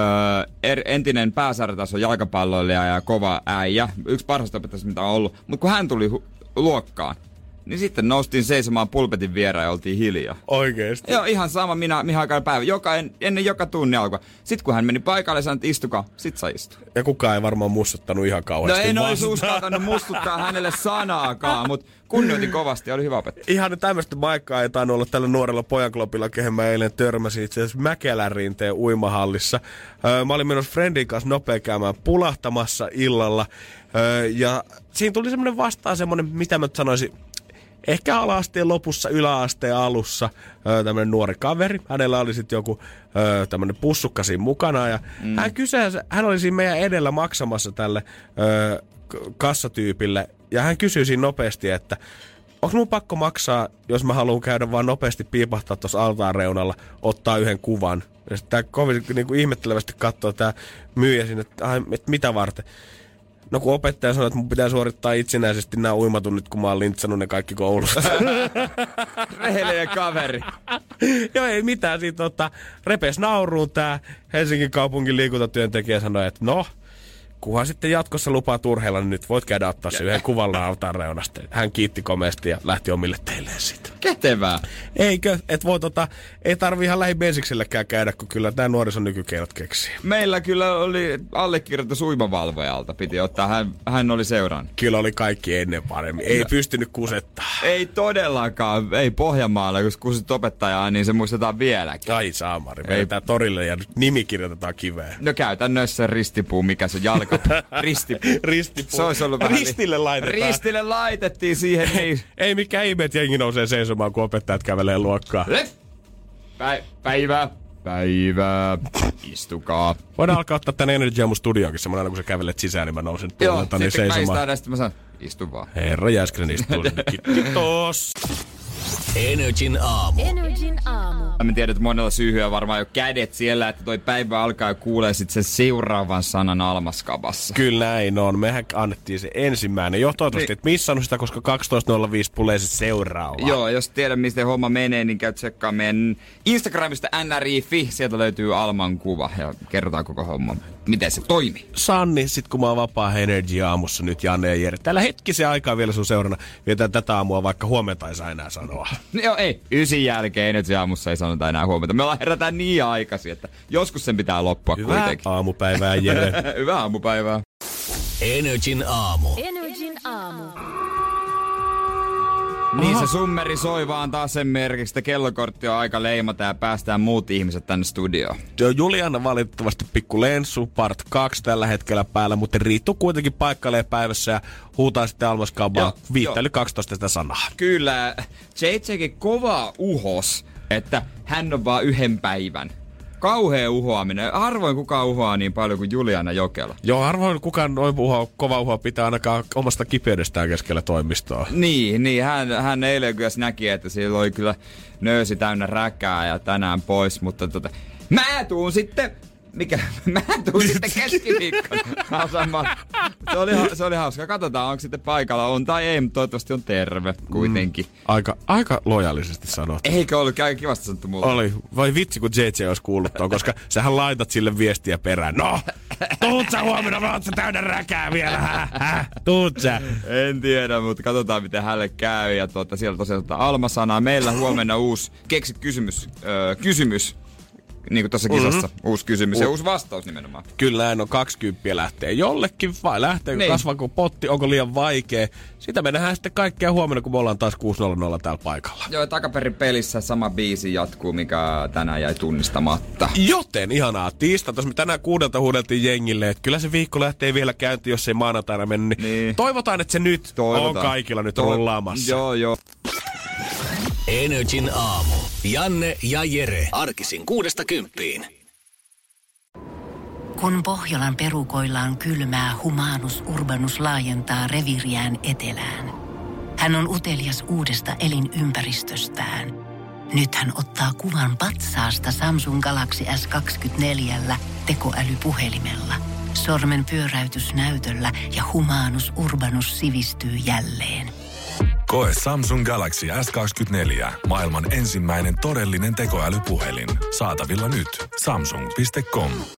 entinen pääsarjatason jalkapalloilija ja kova äijä. Yksi parhaista opettajista, mitä on ollut. Mutta kun hän tuli luokkaan, niin sitten noustiin seisomaan pulpetin vieraan ja oltiin hiljaa. Oikeesti? Joo, ihan sama Mihaikainen päivä. Ennen joka tunnin alkua. Sitten kun hän meni paikalle ja sanoi, että istukaa, sit saa istua. Ja kukaan ei varmaan mustuttanut ihan kauheasti. No en olisi uskaltanut mustuttaa hänelle sanaakaan, mutta kunnioitin kovasti ja oli hyvä opettaja. Ihan tämmöistä maikkaa ei tainnut olla tällä nuorella pojanklopilla, kehen mä eilen törmäsin itse asiassa Mäkelän rinteen uimahallissa. Mä olin menossa friendin kanssa nopea käymään pulahtamassa illalla. Ja siinä tuli semmoinen vastaan semmoinen, mitä mä sanoisin, ehkä ala-asteen lopussa, yläasteen alussa tämmönen nuori kaveri. Hänellä oli sitten joku tämmönen pussukka siinä mukana ja hän oli siinä meidän edellä maksamassa tälle kassatyypille ja hän kysyi siinä nopeasti, että onko mun pakko maksaa, jos mä haluan käydä vaan nopeasti piipahtaa tuossa altaan reunalla, ottaa yhden kuvan. Ja sitten tää kovin niin ihmettelevästi katsoo tää myyjä siinä, että mitä varten. No kun opettaja sanoi, että mun pitää suorittaa itsenäisesti nämä uimatunnit, kun mä oon lintsannut ne kaikki koulusta. Rehellinen kaveri. Joo, ei mitään. Siitä repes nauruun tää Helsingin kaupungin liikuntatyöntekijä sanoi, että no, kunhan sitten jatkossa lupaa turheilla, niin nyt voit käydä ottaa se yhden kuvalla altaan reunasta. Hän kiitti komeasti ja lähti omille teilleen siitä. Kätevää. Eikö? Et voi ei tarvi ihan lähibensikselläkään käydä, kun kyllä tää nuorison nykykeinot keksii. Meillä kyllä oli allekirjoitus uimavalvojalta, piti ottaa. Hän oli seuraan. Kyllä oli kaikki ennen paremmin. Ei pystynyt kusettaa. Ei todellakaan. Ei Pohjanmaalla, kun kusit opettajaa, niin se muistetaan vieläkin. Ai saamari. Vedetään torille ja nimi kirjoitetaan kiveen. No käytännössä ristipuu, mikä se jalka. Ristipuu. Se olisi ollut vähän Ristille laitetaan. Ristille laitettiin siihen. Niin. Ei mikään ihme, että jengi nousee seisomaan, kun opettajat kävelee luokkaan. Päivää. päivää. Istukaa. Voidaan alkaa ottaa tän Energy Aamu studioonkin semmoinen, aina kun sä kävelet sisään, niin mä nousen tuolta niin seisomaan. Joo, sitten mä sanon, istu vaan. Herra Jääskeläinen istuu. Kiitos. Energin aamu. Mä tiedän, että monella syyhyä varmaan jo kädet siellä, että toi päivä alkaa ja kuulee sit sen seuraavan sanan almaskabassa. Kyllä näin on. Mehän annettiin se ensimmäinen. Jo toivottavasti et missannut sitä, koska 12.05 tulee se seuraava. Joo, jos tiedät mistä homma menee, niin käy tsekkaa meidän Instagramista nri.fi. Sieltä löytyy Alman kuva ja kerrotaan koko homma, miten se toimii. Sanni, sit kun mä oon vapaa Energy aamussa nyt, Janne ja Jere. Täällä hetkisen aikaa vielä sun seurana. Vietään tätä aamua, vaikka huomenta ei saa enää sanoa. Joo, ei. 9 jälkeen Energy aamussa ei sanota enää huomenta. Me ollaan herätään niin aikaisin, että joskus sen pitää loppua hyvää kuitenkin. Hyvää aamupäivää, Jere. Hyvää aamupäivää. Energin aamu. Niin se summeri soi vaan taas sen merkiksi, että kellokortti on aika leimata ja päästään muut ihmiset tänne studioon. Juliana valitettavasti pikku lenssu, part 2 tällä hetkellä päällä, mutta Riittu kuitenkin paikkailee päivässä ja huutaa sitten almaskabaa 5:12 sitä sanaa. Kyllä, JJkin kova uhos, että hän on vaan 1 päivän. Kauhea uhoaminen. Harvoin kukaan uhoaa niin paljon kuin Juliana Jokela. Joo, harvoin kukaan noin kova uhoa pitää ainakaan omasta kipeydestään keskellä toimistoa. Niin hän eilen kyllä näki, että siellä oli kyllä nöysi täynnä räkää ja tänään pois, mutta mä tuun sitten keskiviikkona. Se oli hauska. Katsotaan, onko sitten paikalla on tai ei, mutta toivottavasti on terve kuitenkin. Aika lojaalisesti sanottu. Eikö ollut kivasti sanottu mulle? Oli. Vai vitsi, kun JJ olisi kuullut tuon, koska sähän laitat sille viestiä perään. No, tuut sä huomenna, mä oot sä täynnä räkää vielä, tuut sä. En tiedä, mutta katsotaan miten hänelle käy. Ja siellä tosiaan Alma-sanaa. Meillä huomenna uusi keksi kysymys. Niin kuin tuossa kisassa. Uusi kysymys ja uusi vastaus nimenomaan. Kyllä näin on, 20 lähtee jollekin, vai lähtee, niin. Kasvaako potti, onko liian vaikea. Sitä me nähdään sitten kaikkea huomenna, kun me ollaan taas 6.00 täällä paikalla. Joo, takaperin pelissä sama biisi jatkuu, mikä tänään jäi tunnistamatta. Joten ihanaa tiistai. Tuossa me tänään 6 huudeltiin jengille, että kyllä se viikko lähtee vielä käyntiin, jos ei maanantaina mennyt. Niin. Toivotaan, että se nyt on kaikilla nyt rullaamassa. Joo. Energin aamu. Janne ja Jere. Arkisin 6-10. Kun Pohjolan perukoillaan kylmää, Humanus Urbanus laajentaa reviiriään etelään. Hän on utelias uudesta elinympäristöstään. Nyt hän ottaa kuvan patsaasta Samsung Galaxy S24 tekoälypuhelimella. Sormen pyöräytys näytöllä ja Humanus Urbanus sivistyy jälleen. Koe Samsung Galaxy S24. Maailman ensimmäinen todellinen tekoälypuhelin. Saatavilla nyt. Samsung.com.